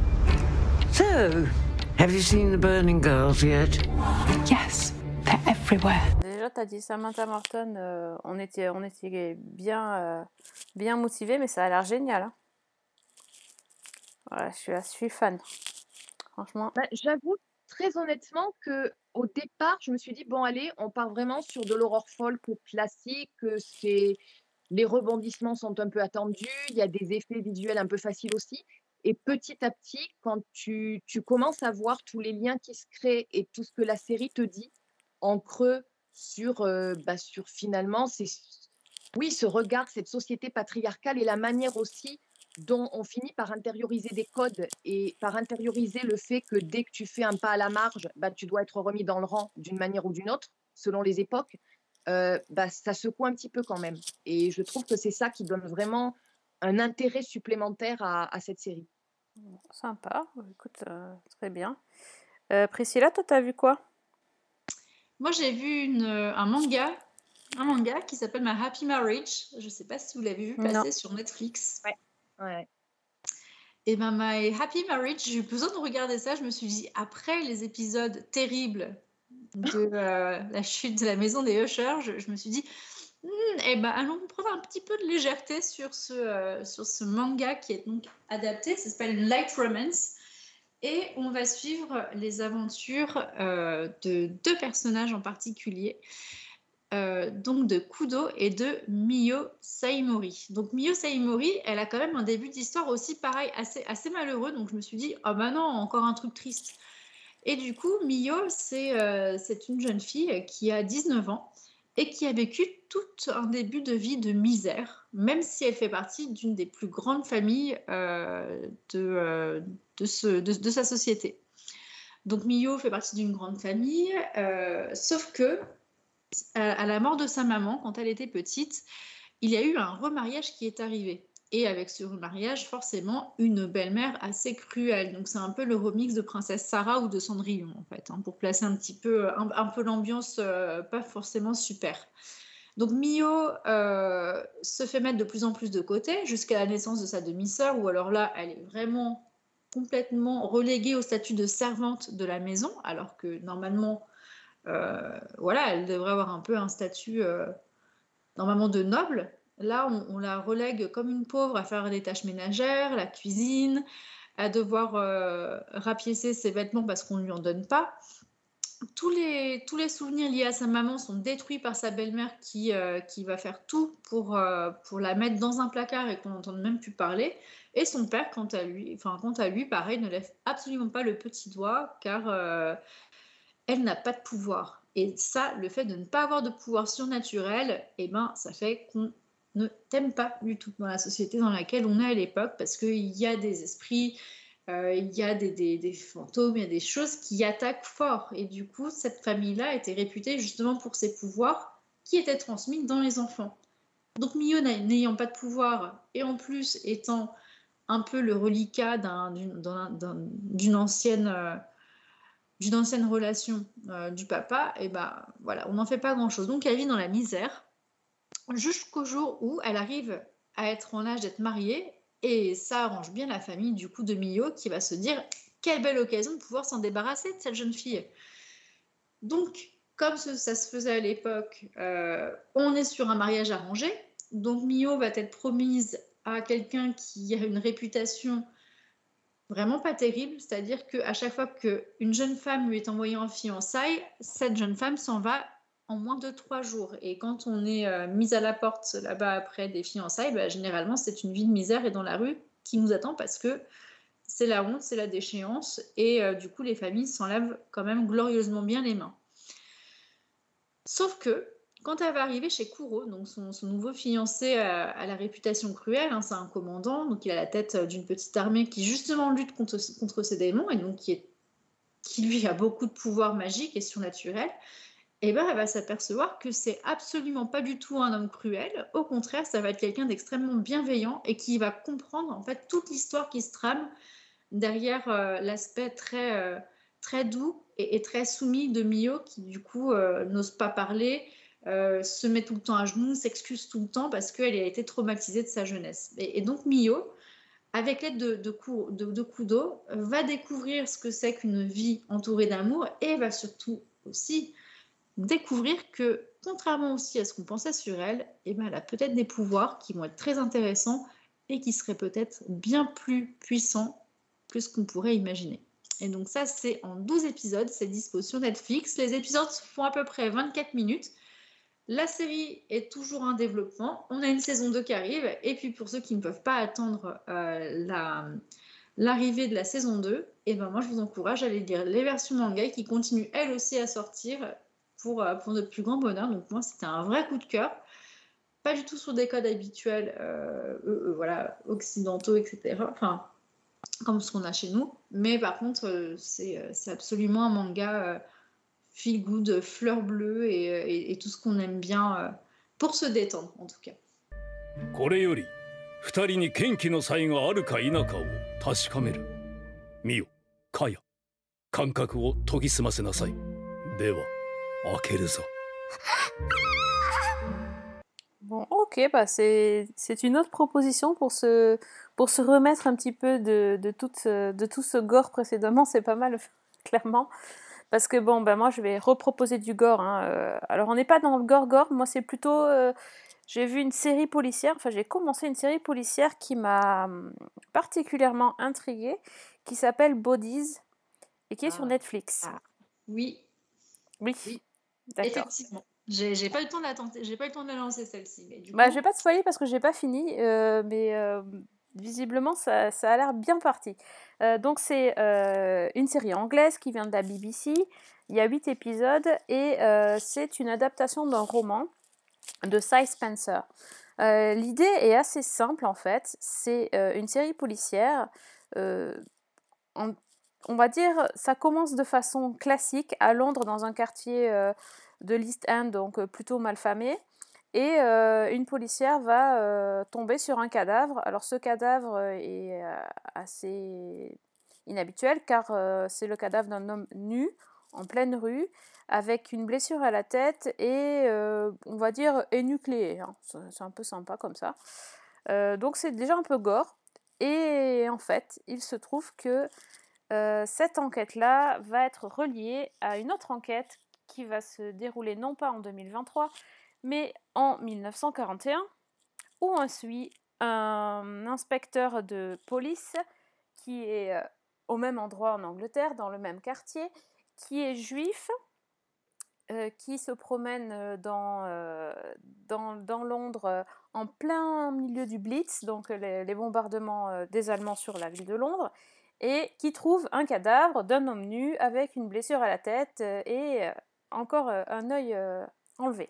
So, have you seen the burning girls yet? Yes, they're everywhere. Déjà, t'as dit Samantha Morton, euh, on était, on était bien, euh, bien motivés, mais ça a l'air génial. Hein. Voilà, je suis, je suis fan. Franchement. Bah, j'avoue très honnêtement que au départ, je me suis dit bon allez, on part vraiment sur de l'horror folk classique. C'est les rebondissements sont un peu attendus, il y a des effets visuels un peu faciles aussi. Et petit à petit, quand tu, tu commences à voir tous les liens qui se créent et tout ce que la série te dit en creux sur, euh, bah, sur finalement, c'est, oui, ce regard, cette société patriarcale et la manière aussi dont on finit par intérioriser des codes et par intérioriser le fait que dès que tu fais un pas à la marge, bah, tu dois être remis dans le rang d'une manière ou d'une autre, selon les époques, euh, bah, ça secoue un petit peu quand même. Et je trouve que c'est ça qui donne vraiment un intérêt supplémentaire à, à cette série. Sympa, écoute, euh, très bien. Euh, Priscilla, toi, t'as vu quoi? Moi, j'ai vu une, un manga, un manga qui s'appelle My Happy Marriage. Je ne sais pas si vous l'avez vu passer Non. sur Netflix. Ouais. Ouais. Et ben My Happy Marriage, j'ai eu besoin de regarder ça. Je me suis dit, après les épisodes terribles de euh, la chute de la maison des Usher, je, je me suis dit, hm, eh ben allons prendre un petit peu de légèreté sur ce, euh, sur ce manga qui est donc adapté. Ça s'appelle Light Romance. Et on va suivre les aventures euh, de deux personnages en particulier, euh, donc de Kudo et de Miyo Saimori. Donc Miyo Saimori, elle a quand même un début d'histoire aussi pareil, assez, assez malheureux, donc je me suis dit, oh bah non, encore un truc triste. Et du coup, Miyo, c'est euh, c'est une jeune fille qui a dix-neuf ans et qui a vécu tout un début de vie de misère, même si elle fait partie d'une des plus grandes familles euh, de, euh, de, ce, de, de sa société. Donc Miyo fait partie d'une grande famille, euh, sauf que à, à la mort de sa maman, quand elle était petite, il y a eu un remariage qui est arrivé. Et avec ce remariage, forcément, une belle-mère assez cruelle. Donc c'est un peu le remix de Princesse Sarah ou de Cendrillon, en fait, hein, pour placer un petit peu, un, un peu l'ambiance euh, pas forcément super. Donc Miyo euh, se fait mettre de plus en plus de côté jusqu'à la naissance de sa demi-sœur, où alors là, elle est vraiment complètement reléguée au statut de servante de la maison, alors que normalement, euh, voilà, elle devrait avoir un peu un statut euh, normalement de noble. Là, on, on la relègue comme une pauvre à faire des tâches ménagères, la cuisine, à devoir euh, rapiécer ses vêtements parce qu'on ne lui en donne pas. Tous les, tous les souvenirs liés à sa maman sont détruits par sa belle-mère qui, euh, qui va faire tout pour, euh, pour la mettre dans un placard et qu'on n'entende même plus parler. Et son père, quant à lui, enfin, quant à lui, pareil, ne lève absolument pas le petit doigt car euh, elle n'a pas de pouvoir. Et ça, le fait de ne pas avoir de pouvoir surnaturel, eh ben, ça fait qu'on ne t'aime pas du tout dans la société dans laquelle on est à l'époque, parce qu'il y a des esprits, euh, il y a des, des, des fantômes, il y a des choses qui attaquent fort. Et du coup, cette famille-là était réputée justement pour ses pouvoirs qui étaient transmis dans les enfants. Donc Miyo n'ayant pas de pouvoir, et en plus étant un peu le reliquat d'un, d'une, d'un, d'un, d'une, ancienne, euh, d'une ancienne relation euh, du papa, et ben voilà, on n'en fait pas grand-chose. Donc elle vit dans la misère, jusqu'au jour où elle arrive à être en âge d'être mariée, et ça arrange bien la famille du coup de Miyo qui va se dire quelle belle occasion de pouvoir s'en débarrasser de cette jeune fille. Donc comme ce, ça se faisait à l'époque, euh, on est sur un mariage arrangé, donc Miyo va être promise à quelqu'un qui a une réputation vraiment pas terrible, c'est-à-dire qu'à chaque fois qu'une jeune femme lui est envoyée en fiançailles, cette jeune femme s'en va en moins de trois jours. Et quand on est euh, mise à la porte là-bas après des fiançailles, bah, généralement c'est une vie de misère et dans la rue qui nous attend parce que c'est la honte, c'est la déchéance et euh, du coup les familles s'en lavent quand même glorieusement bien les mains. Sauf que quand elle va arriver chez Kuro, donc son, son nouveau fiancé à, à la réputation cruelle, hein, c'est un commandant, donc il a la tête d'une petite armée qui justement lutte contre, contre ses démons et donc qui, est, qui lui a beaucoup de pouvoirs magiques et surnaturels. Et ben, elle va s'apercevoir que c'est absolument pas du tout un homme cruel. Au contraire, ça va être quelqu'un d'extrêmement bienveillant et qui va comprendre en fait toute l'histoire qui se trame derrière euh, l'aspect très, euh, très doux et, et très soumis de Miyo qui du coup euh, n'ose pas parler, euh, se met tout le temps à genoux, s'excuse tout le temps parce qu'elle a été traumatisée de sa jeunesse. Et, et donc Miyo, avec l'aide de, de, de, de Kudo, va découvrir ce que c'est qu'une vie entourée d'amour et va surtout aussi découvrir que, contrairement aussi à ce qu'on pensait sur elle, eh ben, elle a peut-être des pouvoirs qui vont être très intéressants et qui seraient peut-être bien plus puissants que ce qu'on pourrait imaginer. Et donc ça, c'est en douze épisodes, c'est dispo sur Netflix. Les épisodes font à peu près vingt-quatre minutes. La série est toujours en développement. On a une saison deux qui arrive. Et puis pour ceux qui ne peuvent pas attendre euh, la, l'arrivée de la saison deux, eh ben, moi je vous encourage à aller lire les versions manga qui continuent elles aussi à sortir pour, euh, pour notre plus grand bonheur. Donc moi, c'était un vrai coup de cœur. Pas du tout sur des codes habituels, euh, euh, euh, voilà, occidentaux, et cetera. Enfin, comme ce qu'on a chez nous. Mais par contre, euh, c'est, euh, c'est absolument un manga euh, feel good, fleur bleue et, euh, et, et tout ce qu'on aime bien euh, pour se détendre, en tout cas. これより二人に剣気の才があるか否かを確かめる。ミオ、カヤ、感覚を研ぎ澄ませなさい。では、開けるぞ。 Bon, ok, bah c'est, c'est une autre proposition pour se, pour se remettre un petit peu de, de, toute, de tout ce gore précédemment, c'est pas mal, clairement. Parce que bon, bah moi je vais reproposer du gore. Hein. Euh, alors on n'est pas dans le gore-gore, moi c'est plutôt... Euh, j'ai vu une série policière, enfin j'ai commencé une série policière qui m'a particulièrement intriguée, qui s'appelle Bodies, et qui est Ah. sur Netflix. Ah. Oui. Oui, Oui. d'accord. Effectivement. J'ai, j'ai pas eu le temps de la tenter, j'ai pas eu le temps de la lancer celle-ci. Mais du Bah, coup, je vais pas te spoiler parce que j'ai pas fini, euh, mais euh, visiblement ça, ça a l'air bien parti. Euh, donc c'est euh, une série anglaise qui vient de la B B C. Il y a huit épisodes et euh, c'est une adaptation d'un roman de Cy Spencer. Euh, l'idée est assez simple en fait. C'est euh, une série policière. Euh, on, on va dire, ça commence de façon classique à Londres dans un quartier euh, de l'East End, donc euh, plutôt malfamé. Et euh, une policière va euh, tomber sur un cadavre. Alors ce cadavre est euh, assez inhabituel car euh, c'est le cadavre d'un homme nu en pleine rue avec une blessure à la tête et euh, on va dire énucléé. Hein. C'est, c'est un peu sympa comme ça. Euh, donc c'est déjà un peu gore. Et en fait, il se trouve que euh, cette enquête-là va être reliée à une autre enquête qui va se dérouler non pas en deux mille vingt-trois, mais en mille neuf cent quarante et un, où on suit un inspecteur de police qui est euh, au même endroit en Angleterre, dans le même quartier, qui est juif, euh, qui se promène dans, euh, dans, dans Londres euh, en plein milieu du Blitz, donc les, les bombardements euh, des Allemands sur la ville de Londres, et qui trouve un cadavre d'un homme nu avec une blessure à la tête euh, et euh, encore euh, un œil euh, enlevé.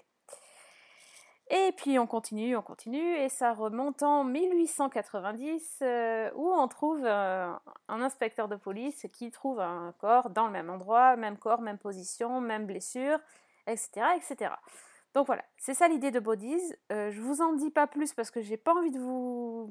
Et puis on continue, on continue, et ça remonte en mille huit cent quatre-vingt-dix, euh, où on trouve euh, un inspecteur de police qui trouve un corps dans le même endroit, même corps, même position, même blessure, et cetera, et cetera. Donc voilà, c'est ça l'idée de Bodies. Euh, je vous en dis pas plus parce que j'ai pas envie de vous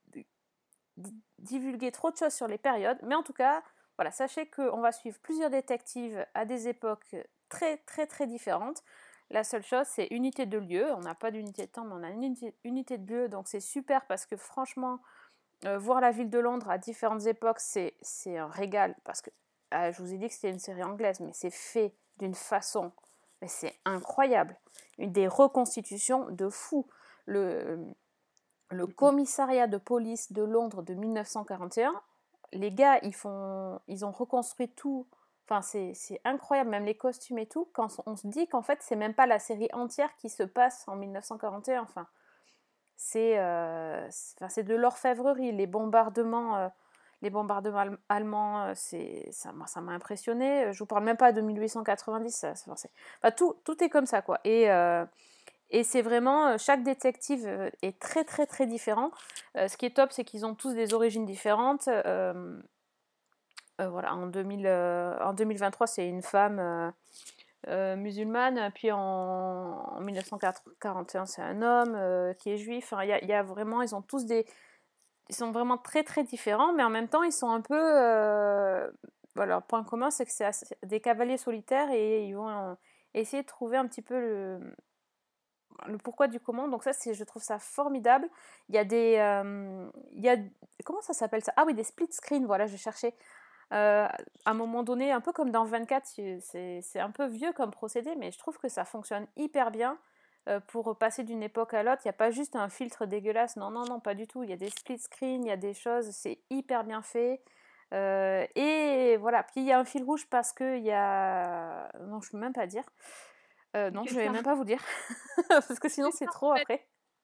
divulguer trop de choses sur les périodes, mais en tout cas, voilà, sachez qu'on va suivre plusieurs détectives à des époques très très très différentes. La seule chose, c'est unité de lieu. On n'a pas d'unité de temps, mais on a une unité, unité de lieu. Donc c'est super parce que franchement, euh, voir la ville de Londres à différentes époques, c'est, c'est un régal. Parce que, euh, je vous ai dit que c'était une série anglaise, mais c'est fait d'une façon, mais c'est incroyable. Une des reconstitutions de fou. Le, le commissariat de police de Londres de mille neuf cent quarante et un, les gars, ils, font, ils ont reconstruit tout. Enfin, c'est, c'est incroyable, même les costumes et tout, quand on se dit qu'en fait, c'est même pas la série entière qui se passe en mille neuf cent quarante et un. Enfin, c'est, euh, c'est, enfin, c'est de l'orfèvrerie. Les bombardements, euh, les bombardements allemands, c'est, ça, moi, ça m'a impressionné. Je vous parle même pas de mille huit cent quatre-vingt-dix. Ça, c'est, enfin, tout, tout est comme ça, quoi. Et, euh, et c'est vraiment, chaque détective est très, très, très différent. Euh, ce qui est top, c'est qu'ils ont tous des origines différentes. Euh, Euh, voilà, en, deux mille, euh, en deux mille vingt-trois, c'est une femme euh, euh, musulmane, puis en, en mille neuf cent quarante et un, c'est un homme euh, qui est juif. Enfin, y a, y a vraiment, ils ont tous des... Ils sont vraiment très très différents, mais en même temps, ils sont un peu... Euh, voilà, leur point commun, c'est que c'est assez, des cavaliers solitaires et ils vont euh, essayer de trouver un petit peu le, le pourquoi du comment. Donc ça, c'est, je trouve ça formidable. Il y a des... Euh, il y a, comment ça s'appelle ça ? Ah oui, des split screens, voilà, je cherchais... Euh, à un moment donné, un peu comme dans vingt-quatre, c'est, c'est un peu vieux comme procédé, mais je trouve que ça fonctionne hyper bien euh, pour passer d'une époque à l'autre. Il n'y a pas juste un filtre dégueulasse, non, non, non, pas du tout. Il y a des split screens, il y a des choses, c'est hyper bien fait. Euh, et voilà, puis il y a un fil rouge parce qu'il y a... Non, je ne peux même pas dire. Euh, non, je ne vais même pas vous dire, parce que sinon c'est trop après.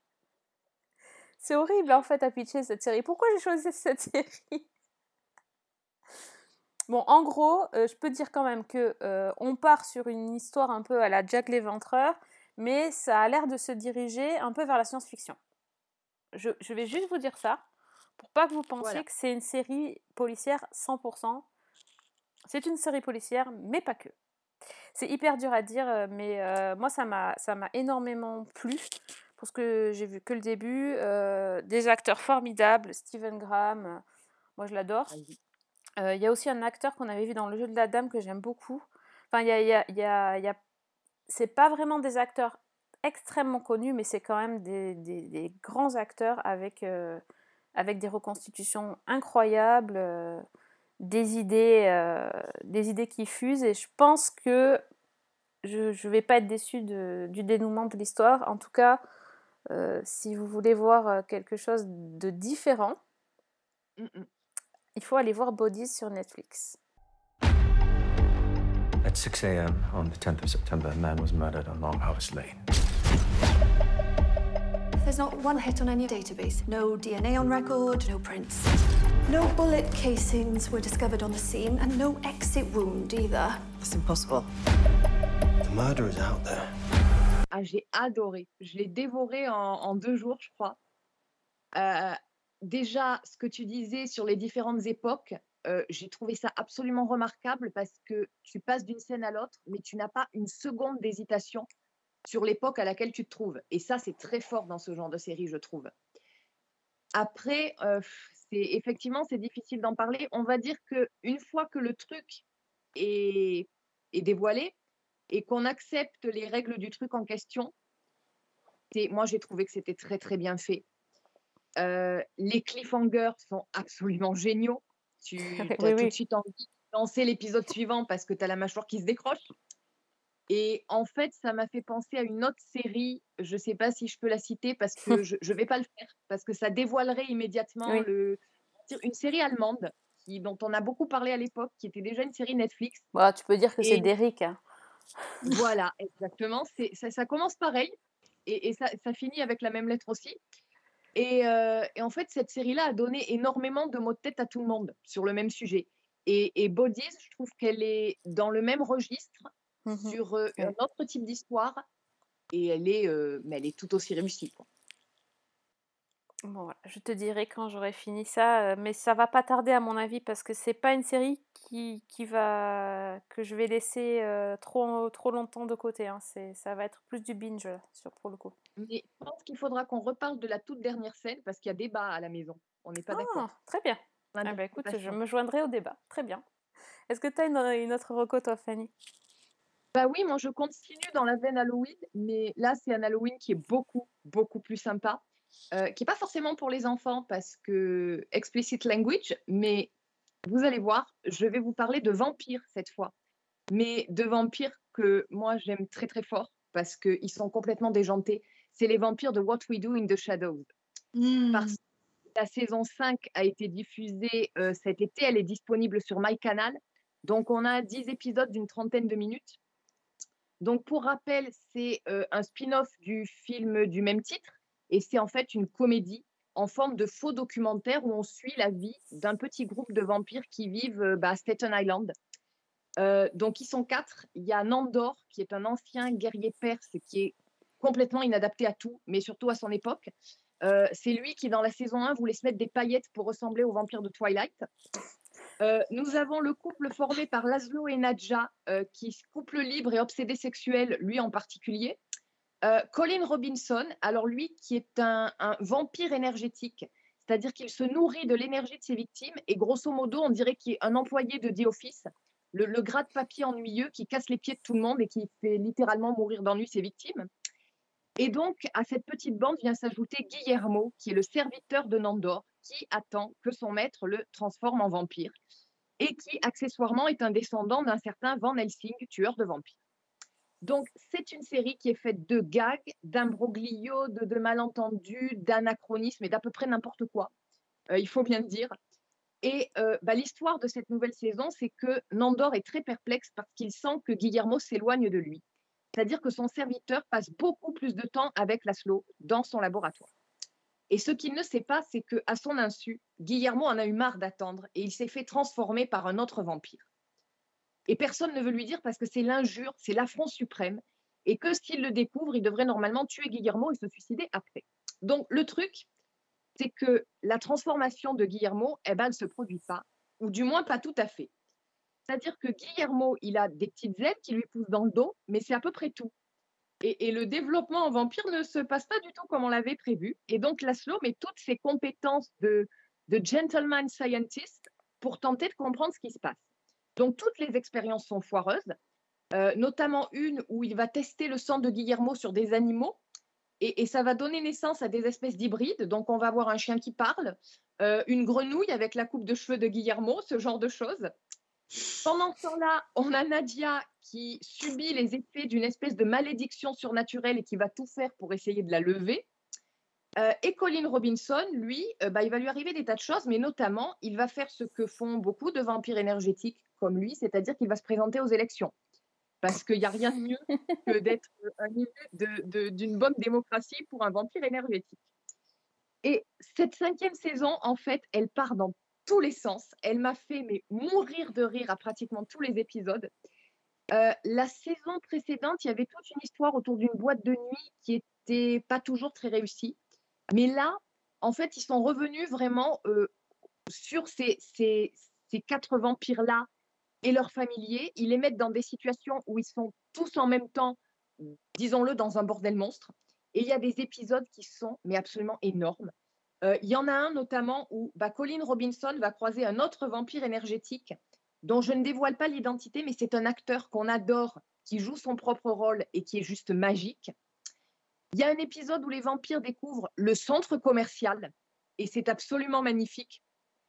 C'est horrible en fait à pitcher cette série. Pourquoi j'ai choisi cette série ? Bon, en gros, euh, je peux dire quand même que euh, on part sur une histoire un peu à la Jack l'Éventreur, mais ça a l'air de se diriger un peu vers la science-fiction. Je, je vais juste vous dire ça, pour pas que vous pensiez Voilà. que c'est une série policière cent pour cent. C'est une série policière, mais pas que. C'est hyper dur à dire, euh, mais euh, moi, ça m'a, ça m'a énormément plu, parce que j'ai vu que le début. euh, des acteurs formidables, Stephen Graham, euh, moi je l'adore. Il euh, y a aussi un acteur qu'on avait vu dans Le Jeu de la Dame que j'aime beaucoup. Enfin, il y a, y a, y a, y a... c'est pas vraiment des acteurs extrêmement connus, mais c'est quand même des, des, des grands acteurs avec, euh, avec des reconstitutions incroyables, euh, des idées, euh, des idées qui fusent. Et je pense que je ne vais pas être déçue de, du dénouement de l'histoire. En tout cas, euh, si vous voulez voir quelque chose de différent, Mm-mm. il faut aller voir Bodies sur Netflix. At six a.m. on the tenth of September, a man was murdered on Long Harvest Lane. There's not one hit on any database. No D N A on record, no prints. No bullet casings were discovered on the scene, and no exit wound either. That's impossible. The murder is out there. Ah, j'ai adoré. Je l'ai dévoré en, en deux jours, je crois. Euh, déjà, ce que tu disais sur les différentes époques, euh, j'ai trouvé ça absolument remarquable parce que tu passes d'une scène à l'autre, mais tu n'as pas une seconde d'hésitation sur l'époque à laquelle tu te trouves. Et ça, c'est très fort dans ce genre de série, je trouve. Après, euh, c'est, effectivement, c'est difficile d'en parler. On va dire qu'une fois que le truc est, est dévoilé et qu'on accepte les règles du truc en question, c'est, moi, j'ai trouvé que c'était très, très bien fait. Euh, les cliffhangers sont absolument géniaux. Tu as oui, tout oui. de suite envie de lancer l'épisode suivant parce que tu as la mâchoire qui se décroche. Et en fait, ça m'a fait penser à une autre série. Je ne sais pas si je peux la citer parce que je ne vais pas le faire, parce que ça dévoilerait immédiatement Oui. le... une série allemande qui, dont on a beaucoup parlé à l'époque, qui était déjà une série Netflix. Bon, tu peux dire que Et- c'est Derrick. Hein. Voilà, exactement. C'est, ça, ça commence pareil et, et ça, ça finit avec la même lettre aussi. Et, euh, et en fait, cette série-là a donné énormément de mots de tête à tout le monde sur le même sujet. Et, et Bodies, je trouve qu'elle est dans le même registre, Mhm. sur euh, Ouais. un autre type d'histoire, et elle est, euh, mais elle est tout aussi réussie, quoi. Bon, voilà, je te dirai quand j'aurai fini ça, euh, mais ça va pas tarder à mon avis parce que c'est pas une série qui, qui va que je vais laisser euh, trop trop longtemps de côté. Hein. C'est, ça va être plus du binge là, sur pour le coup. Mais je pense qu'il faudra qu'on reparle de la toute dernière scène parce qu'il y a débat à la maison. On n'est pas Ah, d'accord. très bien. Plein Ah bah écoute, je d'interprétations. me joindrai au débat. Très bien. Est-ce que tu as une, une autre reco toi, Fanny? Bah oui, moi je continue dans la veine Halloween, mais là c'est un Halloween qui est beaucoup, beaucoup plus sympa, euh, qui n'est pas forcément pour les enfants parce que explicit language, mais vous allez voir, je vais vous parler de vampires cette fois, mais de vampires que moi j'aime très très fort parce qu'ils sont complètement déjantés. C'est les vampires de What We Do in the Shadows. Parce que la saison cinq a été diffusée euh, cet été, elle est disponible sur MyCanal, donc on a dix épisodes d'une trentaine de minutes. Donc, pour rappel, c'est euh, un spin-off du film du même titre et c'est en fait une comédie en forme de faux documentaire où on suit la vie d'un petit groupe de vampires qui vivent euh, bah, à Staten Island. Euh, donc, ils sont quatre. Il y a Nandor, qui est un ancien guerrier perse qui est complètement inadapté à tout, mais surtout à son époque. Euh, c'est lui qui, dans la saison un, voulait se mettre des paillettes pour ressembler aux vampires de Twilight. Euh, nous avons le couple formé par Laszlo et Nadja, euh, qui est couple libre et obsédé sexuel, lui en particulier. Euh, Colin Robinson, alors lui qui est un, un vampire énergétique, c'est-à-dire qu'il se nourrit de l'énergie de ses victimes et grosso modo, on dirait qu'il est un employé de The Office, le, le gras de papier ennuyeux qui casse les pieds de tout le monde et qui fait littéralement mourir d'ennui ses victimes. Et donc, à cette petite bande vient s'ajouter Guillermo, qui est le serviteur de Nandor, qui attend que son maître le transforme en vampire et qui, accessoirement, est un descendant d'un certain Van Helsing, tueur de vampires. Donc, c'est une série qui est faite de gags, d'imbroglio, de, de malentendus, d'anachronismes et d'à peu près n'importe quoi, euh, il faut bien le dire. Et euh, bah, l'histoire de cette nouvelle saison, c'est que Nandor est très perplexe parce qu'il sent que Guillermo s'éloigne de lui. C'est-à-dire que son serviteur passe beaucoup plus de temps avec Laszlo dans son laboratoire. Et ce qu'il ne sait pas, c'est qu'à son insu, Guillermo en a eu marre d'attendre et il s'est fait transformer par un autre vampire. Et personne ne veut lui dire parce que c'est l'injure, c'est l'affront suprême, et que s'il le découvre, il devrait normalement tuer Guillermo et se suicider après. Donc le truc, c'est que la transformation de Guillermo, eh ben, elle ne se produit pas, ou du moins pas tout à fait. C'est-à-dire que Guillermo, il a des petites ailes qui lui poussent dans le dos, mais c'est à peu près tout. Et, et le développement en vampire ne se passe pas du tout comme on l'avait prévu. Et donc Laszlo met toutes ses compétences de, de gentleman scientist pour tenter de comprendre ce qui se passe. Donc toutes les expériences sont foireuses, euh, notamment une où il va tester le sang de Guillermo sur des animaux, et, et ça va donner naissance à des espèces d'hybrides. Donc on va avoir un chien qui parle, euh, une grenouille avec la coupe de cheveux de Guillermo, ce genre de choses. Pendant ce temps-là, on a Nadia qui subit les effets d'une espèce de malédiction surnaturelle et qui va tout faire pour essayer de la lever. Euh, et Colin Robinson, lui, euh, bah, il va lui arriver des tas de choses, mais notamment, il va faire ce que font beaucoup de vampires énergétiques comme lui, c'est-à-dire qu'il va se présenter aux élections. Parce qu'il n'y a rien de mieux que d'être un élu de, de, d'une bonne démocratie pour un vampire énergétique. Et cette cinquième saison, en fait, elle part dans tous les sens. Elle m'a fait mais, mourir de rire à pratiquement tous les épisodes. Euh, la saison précédente, il y avait toute une histoire autour d'une boîte de nuit qui n'était pas toujours très réussie. Mais là, en fait, ils sont revenus vraiment euh, sur ces, ces, ces quatre vampires-là et leurs familiers. Ils les mettent dans des situations où ils sont tous en même temps, disons-le, dans un bordel monstre. Et il y a des épisodes qui sont mais absolument énormes. Euh, il y en a un notamment où bah, Colin Robinson va croiser un autre vampire énergétique dont je ne dévoile pas l'identité, mais c'est un acteur qu'on adore, qui joue son propre rôle et qui est juste magique. Il y a un épisode où les vampires découvrent le centre commercial et c'est absolument magnifique.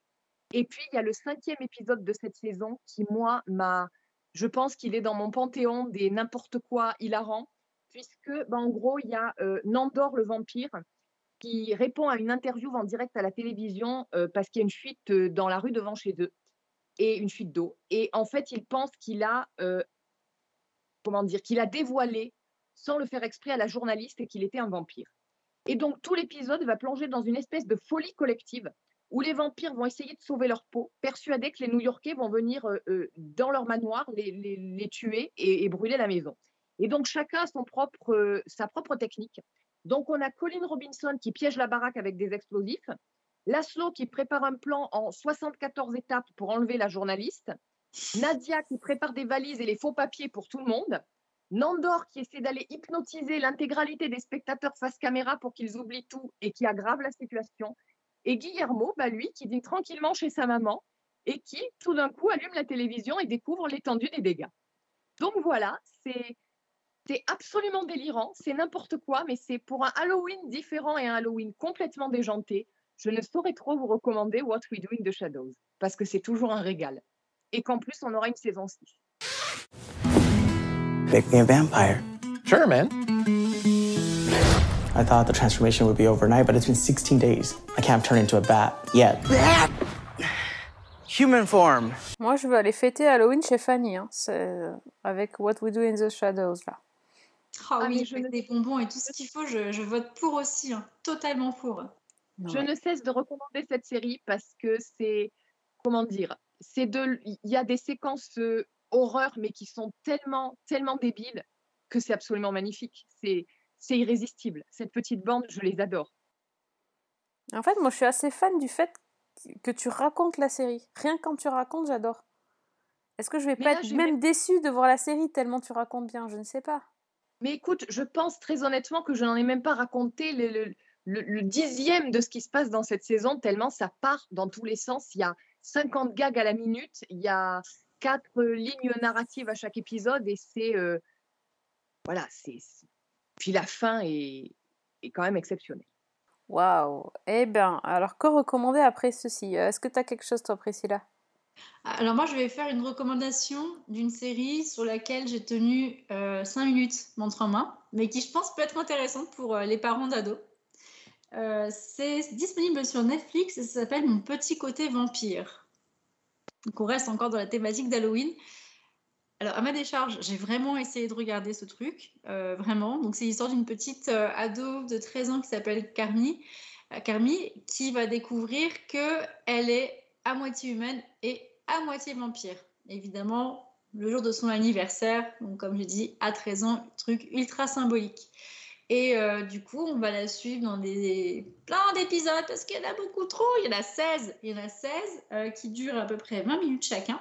Et puis, il y a le cinquième épisode de cette saison qui, moi, m'a... je pense qu'il est dans mon panthéon des n'importe quoi hilarants, puisque, bah, en gros, il y a euh, Nandor le vampire qui répond à une interview en direct à la télévision euh, parce qu'il y a une fuite euh, dans la rue devant chez eux, et une fuite d'eau. Et en fait, il pense qu'il a, euh, comment dire, qu'il a dévoilé, sans le faire exprès, à la journaliste qu'il était un vampire. Et donc, tout l'épisode va plonger dans une espèce de folie collective où les vampires vont essayer de sauver leur peau, persuadés que les New-Yorkais vont venir euh, euh, dans leur manoir, les, les, les tuer et, et brûler la maison. Et donc, chacun a son propre, euh, sa propre technique. Donc, on a Colin Robinson qui piège la baraque avec des explosifs, Laszlo qui prépare un plan en soixante-quatorze étapes pour enlever la journaliste, Nadia qui prépare des valises et les faux papiers pour tout le monde, Nandor qui essaie d'aller hypnotiser l'intégralité des spectateurs face caméra pour qu'ils oublient tout et qui aggrave la situation, et Guillermo, bah lui, qui dîne tranquillement chez sa maman et qui, tout d'un coup, allume la télévision et découvre l'étendue des dégâts. Donc voilà, c'est... C'est absolument délirant, c'est n'importe quoi, mais c'est pour un Halloween différent et un Halloween complètement déjanté. Je ne saurais trop vous recommander What We Do in the Shadows, parce que c'est toujours un régal. Et qu'en plus, on aura une saison six. Make me a vampire. Sure, man. I thought the transformation would be overnight, but it's been sixteen days. I can't turn into a bat yet. Human form. Moi, je veux aller fêter Halloween chez Fanny, hein. C'est avec What We Do in the Shadows, là. Ah, Ah, oui, mais je avec ne- des bonbons et tout ce qu'il faut, je, je vote pour aussi, hein. Totalement pour. Je ne cesse de recommander cette série parce que c'est, comment dire, c'est de, il y a des séquences euh, horreur, mais qui sont tellement, tellement débiles que c'est absolument magnifique. C'est, c'est irrésistible. Cette petite bande, je les adore. En fait, moi, je suis assez fan du fait que tu racontes la série. Rien que quand tu racontes, j'adore. Est-ce que je vais Mais pas là, être j'ai même même- déçue de voir la série tellement tu racontes bien? Je ne sais pas. Mais écoute, je pense très honnêtement que je n'en ai même pas raconté le, le- le- le dixième de ce qui se passe dans cette saison, tellement ça part dans tous les sens. Il y a cinquante gags à la minute, il y a quatre euh, lignes narratives à chaque épisode, et c'est... euh, voilà, c'est... c'est- Puis la fin est, est quand même exceptionnelle. Waouh. Eh bien, alors que recommander après ceci? Euh, Est-ce que tu as quelque chose, toi, Priscilla? Alors moi, je vais faire une recommandation d'une série sur laquelle j'ai tenu euh, cinq minutes montre en main, mais qui je pense peut être intéressante pour euh, les parents d'ados. Euh, c'est disponible sur Netflix et ça s'appelle Mon petit côté vampire. Donc on reste encore dans la thématique d'Halloween. Alors à ma décharge, j'ai vraiment essayé de regarder ce truc, euh, vraiment. Donc c'est l'histoire d'une petite euh, ado de treize ans qui s'appelle Carmi. euh, Carmi, qui va découvrir qu'elle est à moitié humaine et à moitié vampire. Évidemment, le jour de son anniversaire, donc comme je dis, à treize ans, truc ultra symbolique. Et euh, du coup, on va la suivre dans des plein d'épisodes parce qu'il y en a beaucoup trop. Il y en a seize, il y en a seize euh, qui durent à peu près vingt minutes chacun.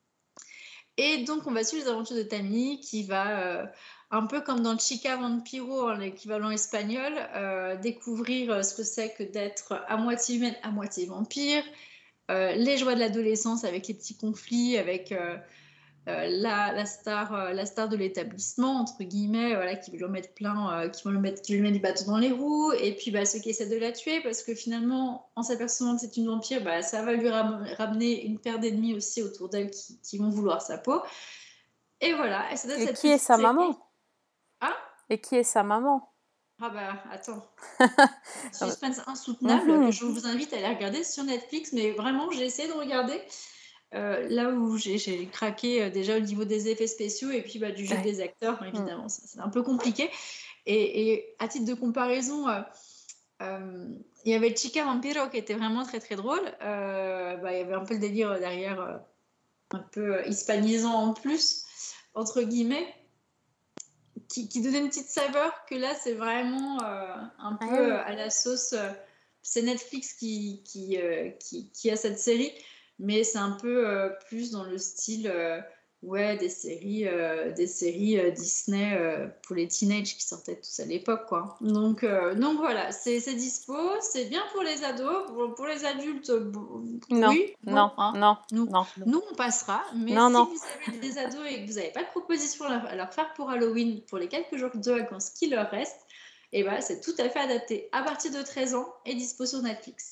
Et donc, on va suivre les aventures de Tammy qui va, euh, un peu comme dans Chica Vampiro, l'équivalent espagnol, euh, découvrir ce que c'est que d'être à moitié humaine, à moitié vampire, euh, les joies de l'adolescence avec les petits conflits, avec euh, euh, la, la, star, euh, la star de l'établissement, entre guillemets, voilà, qui veut lui mettre plein, euh, qui veut lui mettre, qui lui met du bâton dans les roues, et puis bah, ceux qui essaient de la tuer, parce que finalement, en s'apercevant que c'est une vampire, bah, ça va lui ram- ramener une paire d'ennemis aussi autour d'elle qui, qui vont vouloir sa peau. Et voilà. Et, ça donne Et cette qui est sa série. maman? Hein? Et qui est sa maman? Ah bah attends, suspense insoutenable Mhm. que je vous invite à aller regarder sur Netflix, mais vraiment j'ai essayé de regarder euh, là où j'ai, j'ai craqué euh, déjà au niveau des effets spéciaux et puis bah, du jeu Ouais. des acteurs, Mm. évidemment, ça, c'est un peu compliqué. Et, et à titre de comparaison, euh, euh, il y avait Chica Vampiro qui était vraiment très très drôle. Euh, bah, il y avait un peu le délire derrière, euh, un peu euh, hispanisant en plus, entre guillemets. Qui, qui donnait une petite saveur que là c'est vraiment euh, un peu Ah oui. euh, à la sauce euh, c'est Netflix qui, qui, euh, qui, qui a cette série mais c'est un peu euh, plus dans le style euh, ouais des séries euh, des séries euh, Disney euh, pour les teenagers qui sortaient tous à l'époque quoi. Donc, euh, donc voilà c'est, c'est dispo, c'est bien pour les ados, pour, pour les adultes bon, Non, oui bon, non, hein. non, nous, non. nous on passera mais Non, si non. vous avez des ados et que vous n'avez pas de proposition à leur, à leur faire pour Halloween pour les quelques jours de vacances qui leur restent, et ben c'est tout à fait adapté à partir de treize ans et dispo sur Netflix.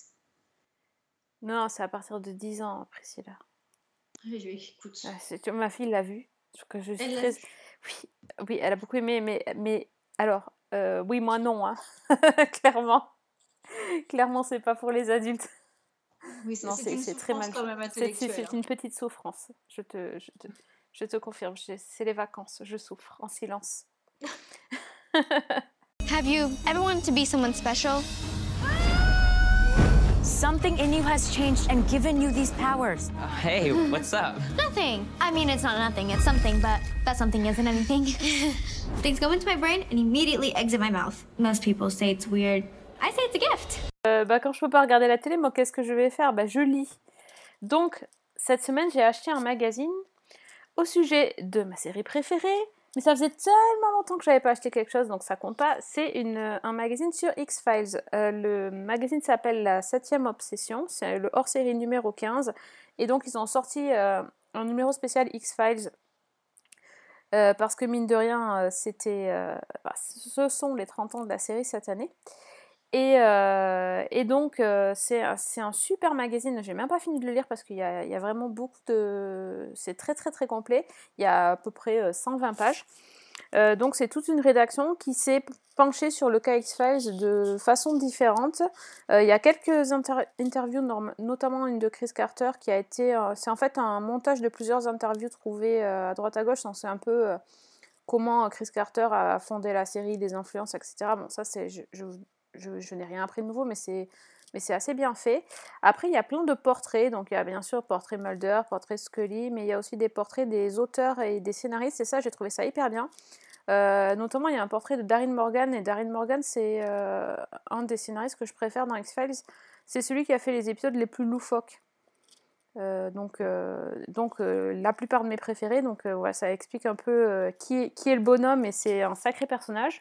Non, c'est à partir de dix ans, Priscilla. Oui, oui, écoute. Ouais, c'est- ma fille l'a vu. parce que je suis Elle l'a très... vu. Oui, oui, elle a beaucoup aimé, mais, mais alors, euh, oui, moi non, hein. Clairement. Clairement, c'est pas pour les adultes. Oui, c'est, Non, c'est c'est, une c'est très souffrance mal. quand même C'est, c'est, intellectuelle. c'est hein. une petite souffrance. Je te, je te, je te confirme. Je- c'est les vacances. Je souffre en silence. Have you ever wanted to be someone special? Something in you has changed and given you these powers. Hey, what's up? Nothing. I mean, it's not nothing, it's something, but that something isn't anything. Things go into my brain and immediately exit my mouth. Most people say it's weird. I say it's a gift. Euh, bah, quand je peux pas regarder la télé, moi, qu'est-ce que je vais faire? Bah, je lis. Donc, cette semaine, j'ai acheté un magazine au sujet de ma série préférée, mais ça faisait tellement longtemps que j'avais pas acheté quelque chose, donc ça compte pas. C'est une, un magazine sur X-Files. Euh, le magazine s'appelle La septième Obsession, c'est le hors-série numéro quinze, et donc ils ont sorti euh, un numéro spécial X-Files, euh, parce que mine de rien, euh, c'était, euh, bah, ce sont les trente ans de la série cette année. Et, euh, et donc, euh, c'est, c'est un super magazine. J'ai même pas fini de le lire parce qu'il y a, il y a vraiment beaucoup de... C'est très très très complet. Il y a à peu près cent vingt pages. Euh, donc, c'est toute une rédaction qui s'est penchée sur le cas X-Files de façon différente. Euh, il y a quelques inter- interviews, norm- notamment une de Chris Carter qui a été... Euh, c'est en fait un montage de plusieurs interviews trouvées euh, à droite à gauche. Donc, c'est un peu... Euh, comment Chris Carter a fondé la série, des influences, et cetera. Bon, ça, c'est... Je, je, Je, je n'ai rien appris de nouveau, mais c'est, mais c'est assez bien fait. Après, il y a plein de portraits. Donc, il y a bien sûr portrait Mulder, portrait Scully, mais il y a aussi des portraits des auteurs et des scénaristes. Et ça, j'ai trouvé ça hyper bien. Euh, notamment, il y a un portrait de Darren Morgan. Et Darren Morgan, c'est euh, un des scénaristes que je préfère dans X-Files. C'est celui qui a fait les épisodes les plus loufoques. Euh, donc, euh, donc euh, la plupart de mes préférés. Donc, euh, ouais, ça explique un peu euh, qui, est, qui est le bonhomme. Et c'est un sacré personnage.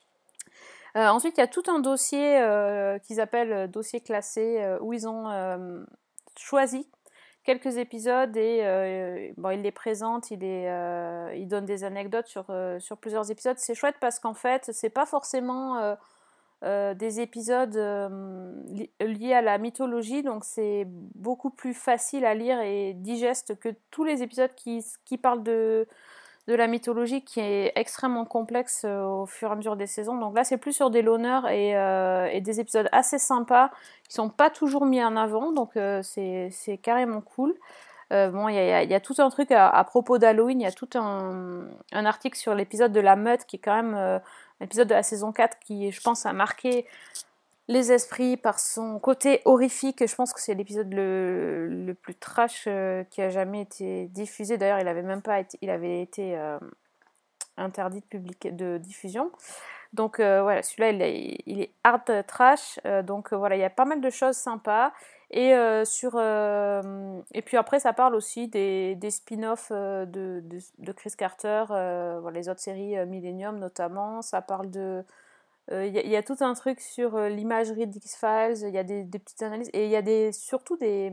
Euh, ensuite, il y a tout un dossier euh, qu'ils appellent dossier classé, euh, où ils ont euh, choisi quelques épisodes et euh, bon, ils les présentent, ils, les, euh, ils donnent des anecdotes sur, euh, sur plusieurs épisodes. C'est chouette parce qu'en fait, c'est pas forcément euh, euh, des épisodes euh, li- liés à la mythologie, donc c'est beaucoup plus facile à lire et digeste que tous les épisodes qui, qui parlent de... de la mythologie qui est extrêmement complexe euh, au fur et à mesure des saisons. Donc là, c'est plus sur des loners et, euh, et des épisodes assez sympas qui sont pas toujours mis en avant, donc euh, c'est, c'est carrément cool. Euh, bon, il y, y, y a tout un truc à, à propos d'Halloween, il y a tout un, un article sur l'épisode de la meute qui est quand même euh, un épisode de la saison quatre qui, je pense, a marqué les esprits, par son côté horrifique. Je pense que c'est l'épisode le, le plus trash euh, qui a jamais été diffusé. D'ailleurs, il avait même pas été, il avait été euh, interdit de, public, de diffusion. Donc euh, voilà, celui-là, il est, il est hard trash. Euh, donc euh, voilà, il y a pas mal de choses sympas. Et, euh, sur, euh, et puis après, ça parle aussi des, des spin-offs euh, de, de, de Chris Carter, euh, voilà, les autres séries, euh, Millennium notamment. Ça parle de... Il euh, y, y a tout un truc sur euh, l'imagerie d'X-Files, il y a des, des petites analyses, et il y a des, surtout des,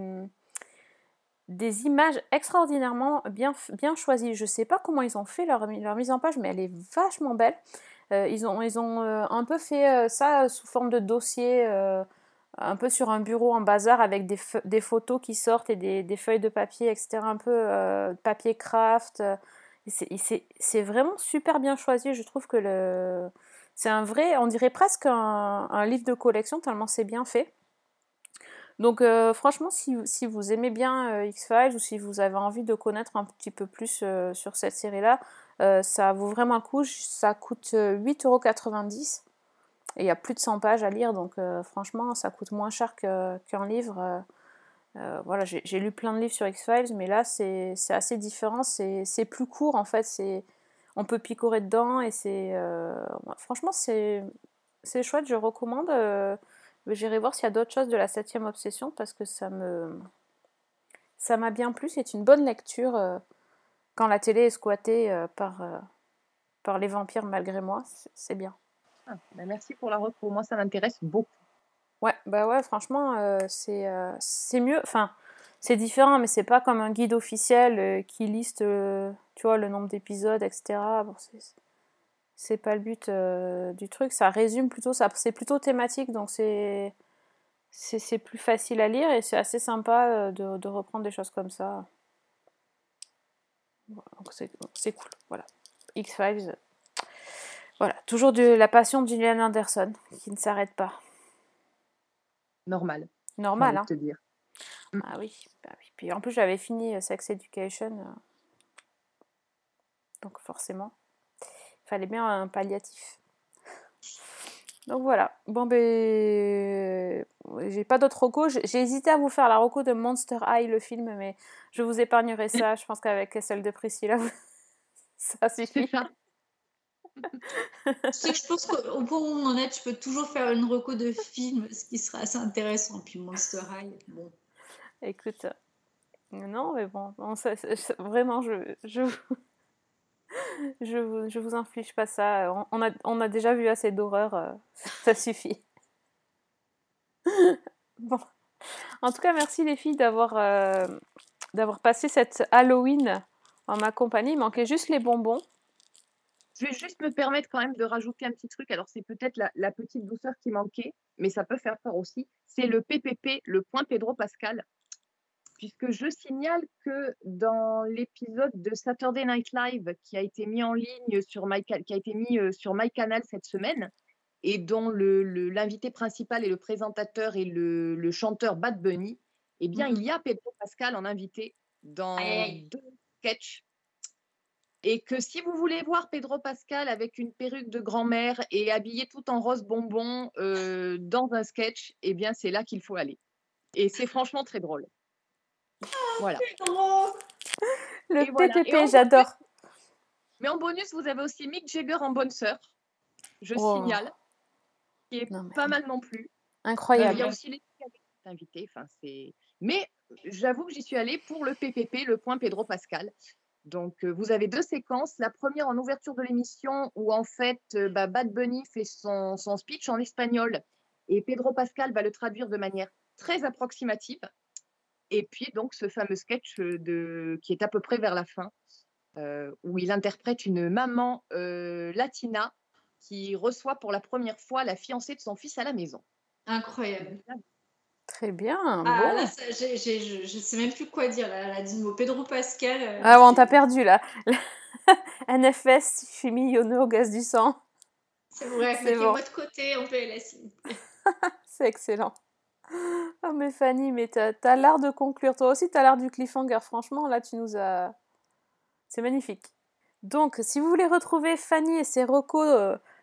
des images extraordinairement bien, bien choisies. Je sais pas comment ils ont fait leur, leur mise en page, mais elle est vachement belle. Euh, ils ont, ils ont euh, un peu fait euh, ça sous forme de dossier, euh, un peu sur un bureau en bazar avec des, fe- des photos qui sortent et des, des feuilles de papier, et cetera. Un peu euh, papier craft. Et c'est, et c'est, c'est vraiment super bien choisi. Je trouve que le... c'est un vrai, on dirait presque un, un livre de collection tellement c'est bien fait. Donc euh, franchement, si, si vous aimez bien euh, X-Files ou si vous avez envie de connaître un petit peu plus euh, sur cette série-là, euh, ça vaut vraiment le coup. Ça coûte huit euros quatre-vingt-dix et il y a plus de cent pages à lire, donc euh, franchement, ça coûte moins cher que, qu'un livre. Euh, euh, voilà, j'ai, j'ai lu plein de livres sur X-Files, mais là, c'est, c'est assez différent. C'est, c'est plus court, en fait. C'est, on peut picorer dedans et c'est... Euh, franchement, c'est, c'est chouette, je recommande. Euh, j'irai voir s'il y a d'autres choses de la septième obsession parce que ça me... ça m'a bien plu. C'est une bonne lecture euh, quand la télé est squattée euh, par, euh, par les vampires malgré moi. C'est, c'est bien. Ah, bah merci pour la reco. Moi, ça m'intéresse beaucoup. Ouais, bah ouais, franchement, euh, c'est, euh, c'est mieux. Enfin, c'est différent, mais c'est pas comme un guide officiel euh, qui liste, euh, tu vois, le nombre d'épisodes, et cetera. Bon, c'est, c'est pas le but euh, du truc. Ça résume plutôt, ça, c'est plutôt thématique, donc c'est, c'est, c'est plus facile à lire et c'est assez sympa euh, de, de reprendre des choses comme ça. Voilà, donc c'est, c'est cool, voilà. X-Files. Voilà, toujours de la passion de Gillian Anderson, qui ne s'arrête pas. Normal. Normal, hein. Te dire. Ah oui, bah oui. Puis en plus, j'avais fini Sex Education. Euh... Donc forcément, il fallait bien un palliatif. Donc voilà. Bon, ben... j'ai pas d'autres recos. J'ai hésité à vous faire la reco de Monster High, le film, mais je vous épargnerai ça. Je pense qu'avec celle de Priscilla, ça suffit. C'est ça. C'est que je pense qu'au point où on en est, je peux toujours faire une reco de film, ce qui sera assez intéressant. Puis Monster High, bon. Écoute, non, mais bon, bon ça, ça, ça, vraiment, je, je, je, vous, je vous inflige pas ça. On a, on a déjà vu assez d'horreur, euh, ça suffit. Bon, en tout cas, merci les filles d'avoir, euh, d'avoir passé cette Halloween en ma compagnie. Il manquait juste les bonbons. Je vais juste me permettre quand même de rajouter un petit truc. Alors, c'est peut-être la, la petite douceur qui manquait, mais ça peut faire peur aussi. C'est le P P P, le point Pedro Pascal. Puisque je signale que dans l'épisode de Saturday Night Live qui a été mis en ligne sur My, qui a été mis sur MyCanal cette semaine, et dont le, le, l'invité principal et le présentateur et le, le chanteur Bad Bunny, eh bien, mmh. il y a Pedro Pascal en invité dans hey. deux sketchs. Et que si vous voulez voir Pedro Pascal avec une perruque de grand-mère et habillé tout en rose bonbon euh, dans un sketch, eh bien, c'est là qu'il faut aller. Et c'est franchement très drôle. Voilà. Le et P P P, voilà. j'adore. Bonus, mais en bonus, vous avez aussi Mick Jagger en bonne sœur, je oh. signale, qui est non, mais... pas mal non plus. Incroyable. Il y a aussi les invités. Enfin, c'est... Mais j'avoue que j'y suis allée pour le P P P, le point Pedro Pascal. Donc, euh, vous avez deux séquences. La première en ouverture de l'émission où, en fait, euh, bah, Bad Bunny fait son, son speech en espagnol et Pedro Pascal va le traduire de manière très approximative. Et puis, donc, ce fameux sketch de, qui est à peu près vers la fin, euh, où il interprète une maman euh, latina qui reçoit pour la première fois la fiancée de son fils à la maison. Incroyable. Très bien. Ah, bon. là, ça, j'ai, j'ai, je ne sais même plus quoi dire. Là, elle a dit le mot Pedro Pascal. Euh, ah, bon, on t'a perdu, là. N F S, chimie ioneux au gaz du sang. C'est vrai, c'est mettez-moi bon. de côté en P L S. C'est excellent. Oh mais Fanny, mais t'as, t'as l'art de conclure. Toi aussi, t'as l'art du cliffhanger. Franchement, là, tu nous as... C'est magnifique. Donc, si vous voulez retrouver Fanny et ses recos euh,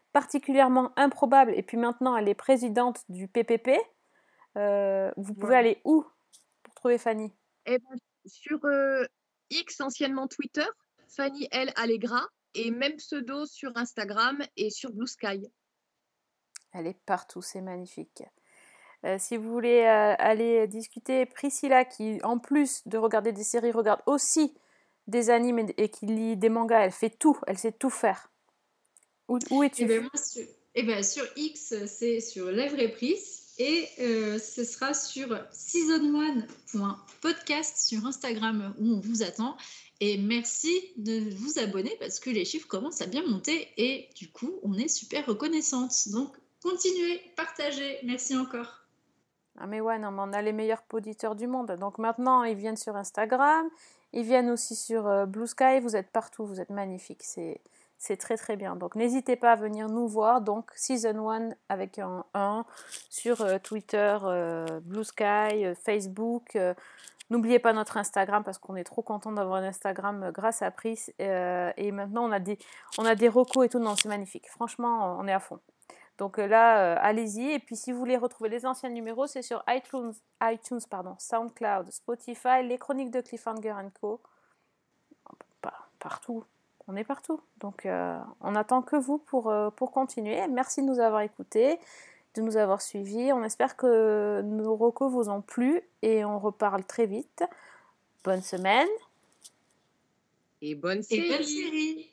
particulièrement improbable, et puis maintenant elle est présidente du P P P, euh, vous pouvez Ouais. aller où pour trouver Fanny? Eh ben, sur euh, X, anciennement Twitter, Fanny L. Allegra, et même pseudo sur Instagram et sur Blue Sky. Elle est partout, c'est magnifique. Euh, si vous voulez euh, aller discuter, Priscilla, qui en plus de regarder des séries, regarde aussi des animes et, et qui lit des mangas, elle fait tout, elle sait tout faire. Où, où es-tu? Et ben moi, sur, eh ben, sur X, c'est sur La Vraie Prise. Et euh, ce sera sur season one point podcast sur Instagram où on vous attend. Et merci de vous abonner parce que les chiffres commencent à bien monter. Et du coup, on est super reconnaissante. Donc, continuez, partagez. Merci encore. Ah mais ouais, non, mais on a les meilleurs auditeurs du monde. Donc maintenant, ils viennent sur Instagram, ils viennent aussi sur euh, Blue Sky. Vous êtes partout, vous êtes magnifiques. C'est... C'est très très bien. Donc n'hésitez pas à venir nous voir. Donc Season un avec un un sur euh, Twitter, euh, Blue Sky, euh, Facebook. Euh, n'oubliez pas notre Instagram parce qu'on est trop content d'avoir un Instagram euh, grâce à Pris. Euh, et maintenant on a des, on a des recos et tout. Non, c'est magnifique. Franchement, on est à fond. Donc euh, là, euh, allez-y. Et puis si vous voulez retrouver les anciens numéros, c'est sur iTunes, iTunes pardon, SoundCloud, Spotify, les chroniques de Cliffhanger and Co. Partout. On est partout, donc euh, on attend que vous pour, euh, pour continuer. Merci de nous avoir écoutés, de nous avoir suivis. On espère que nos recos vous ont plu et on reparle très vite. Bonne semaine. Et bonne Et série. bonne série.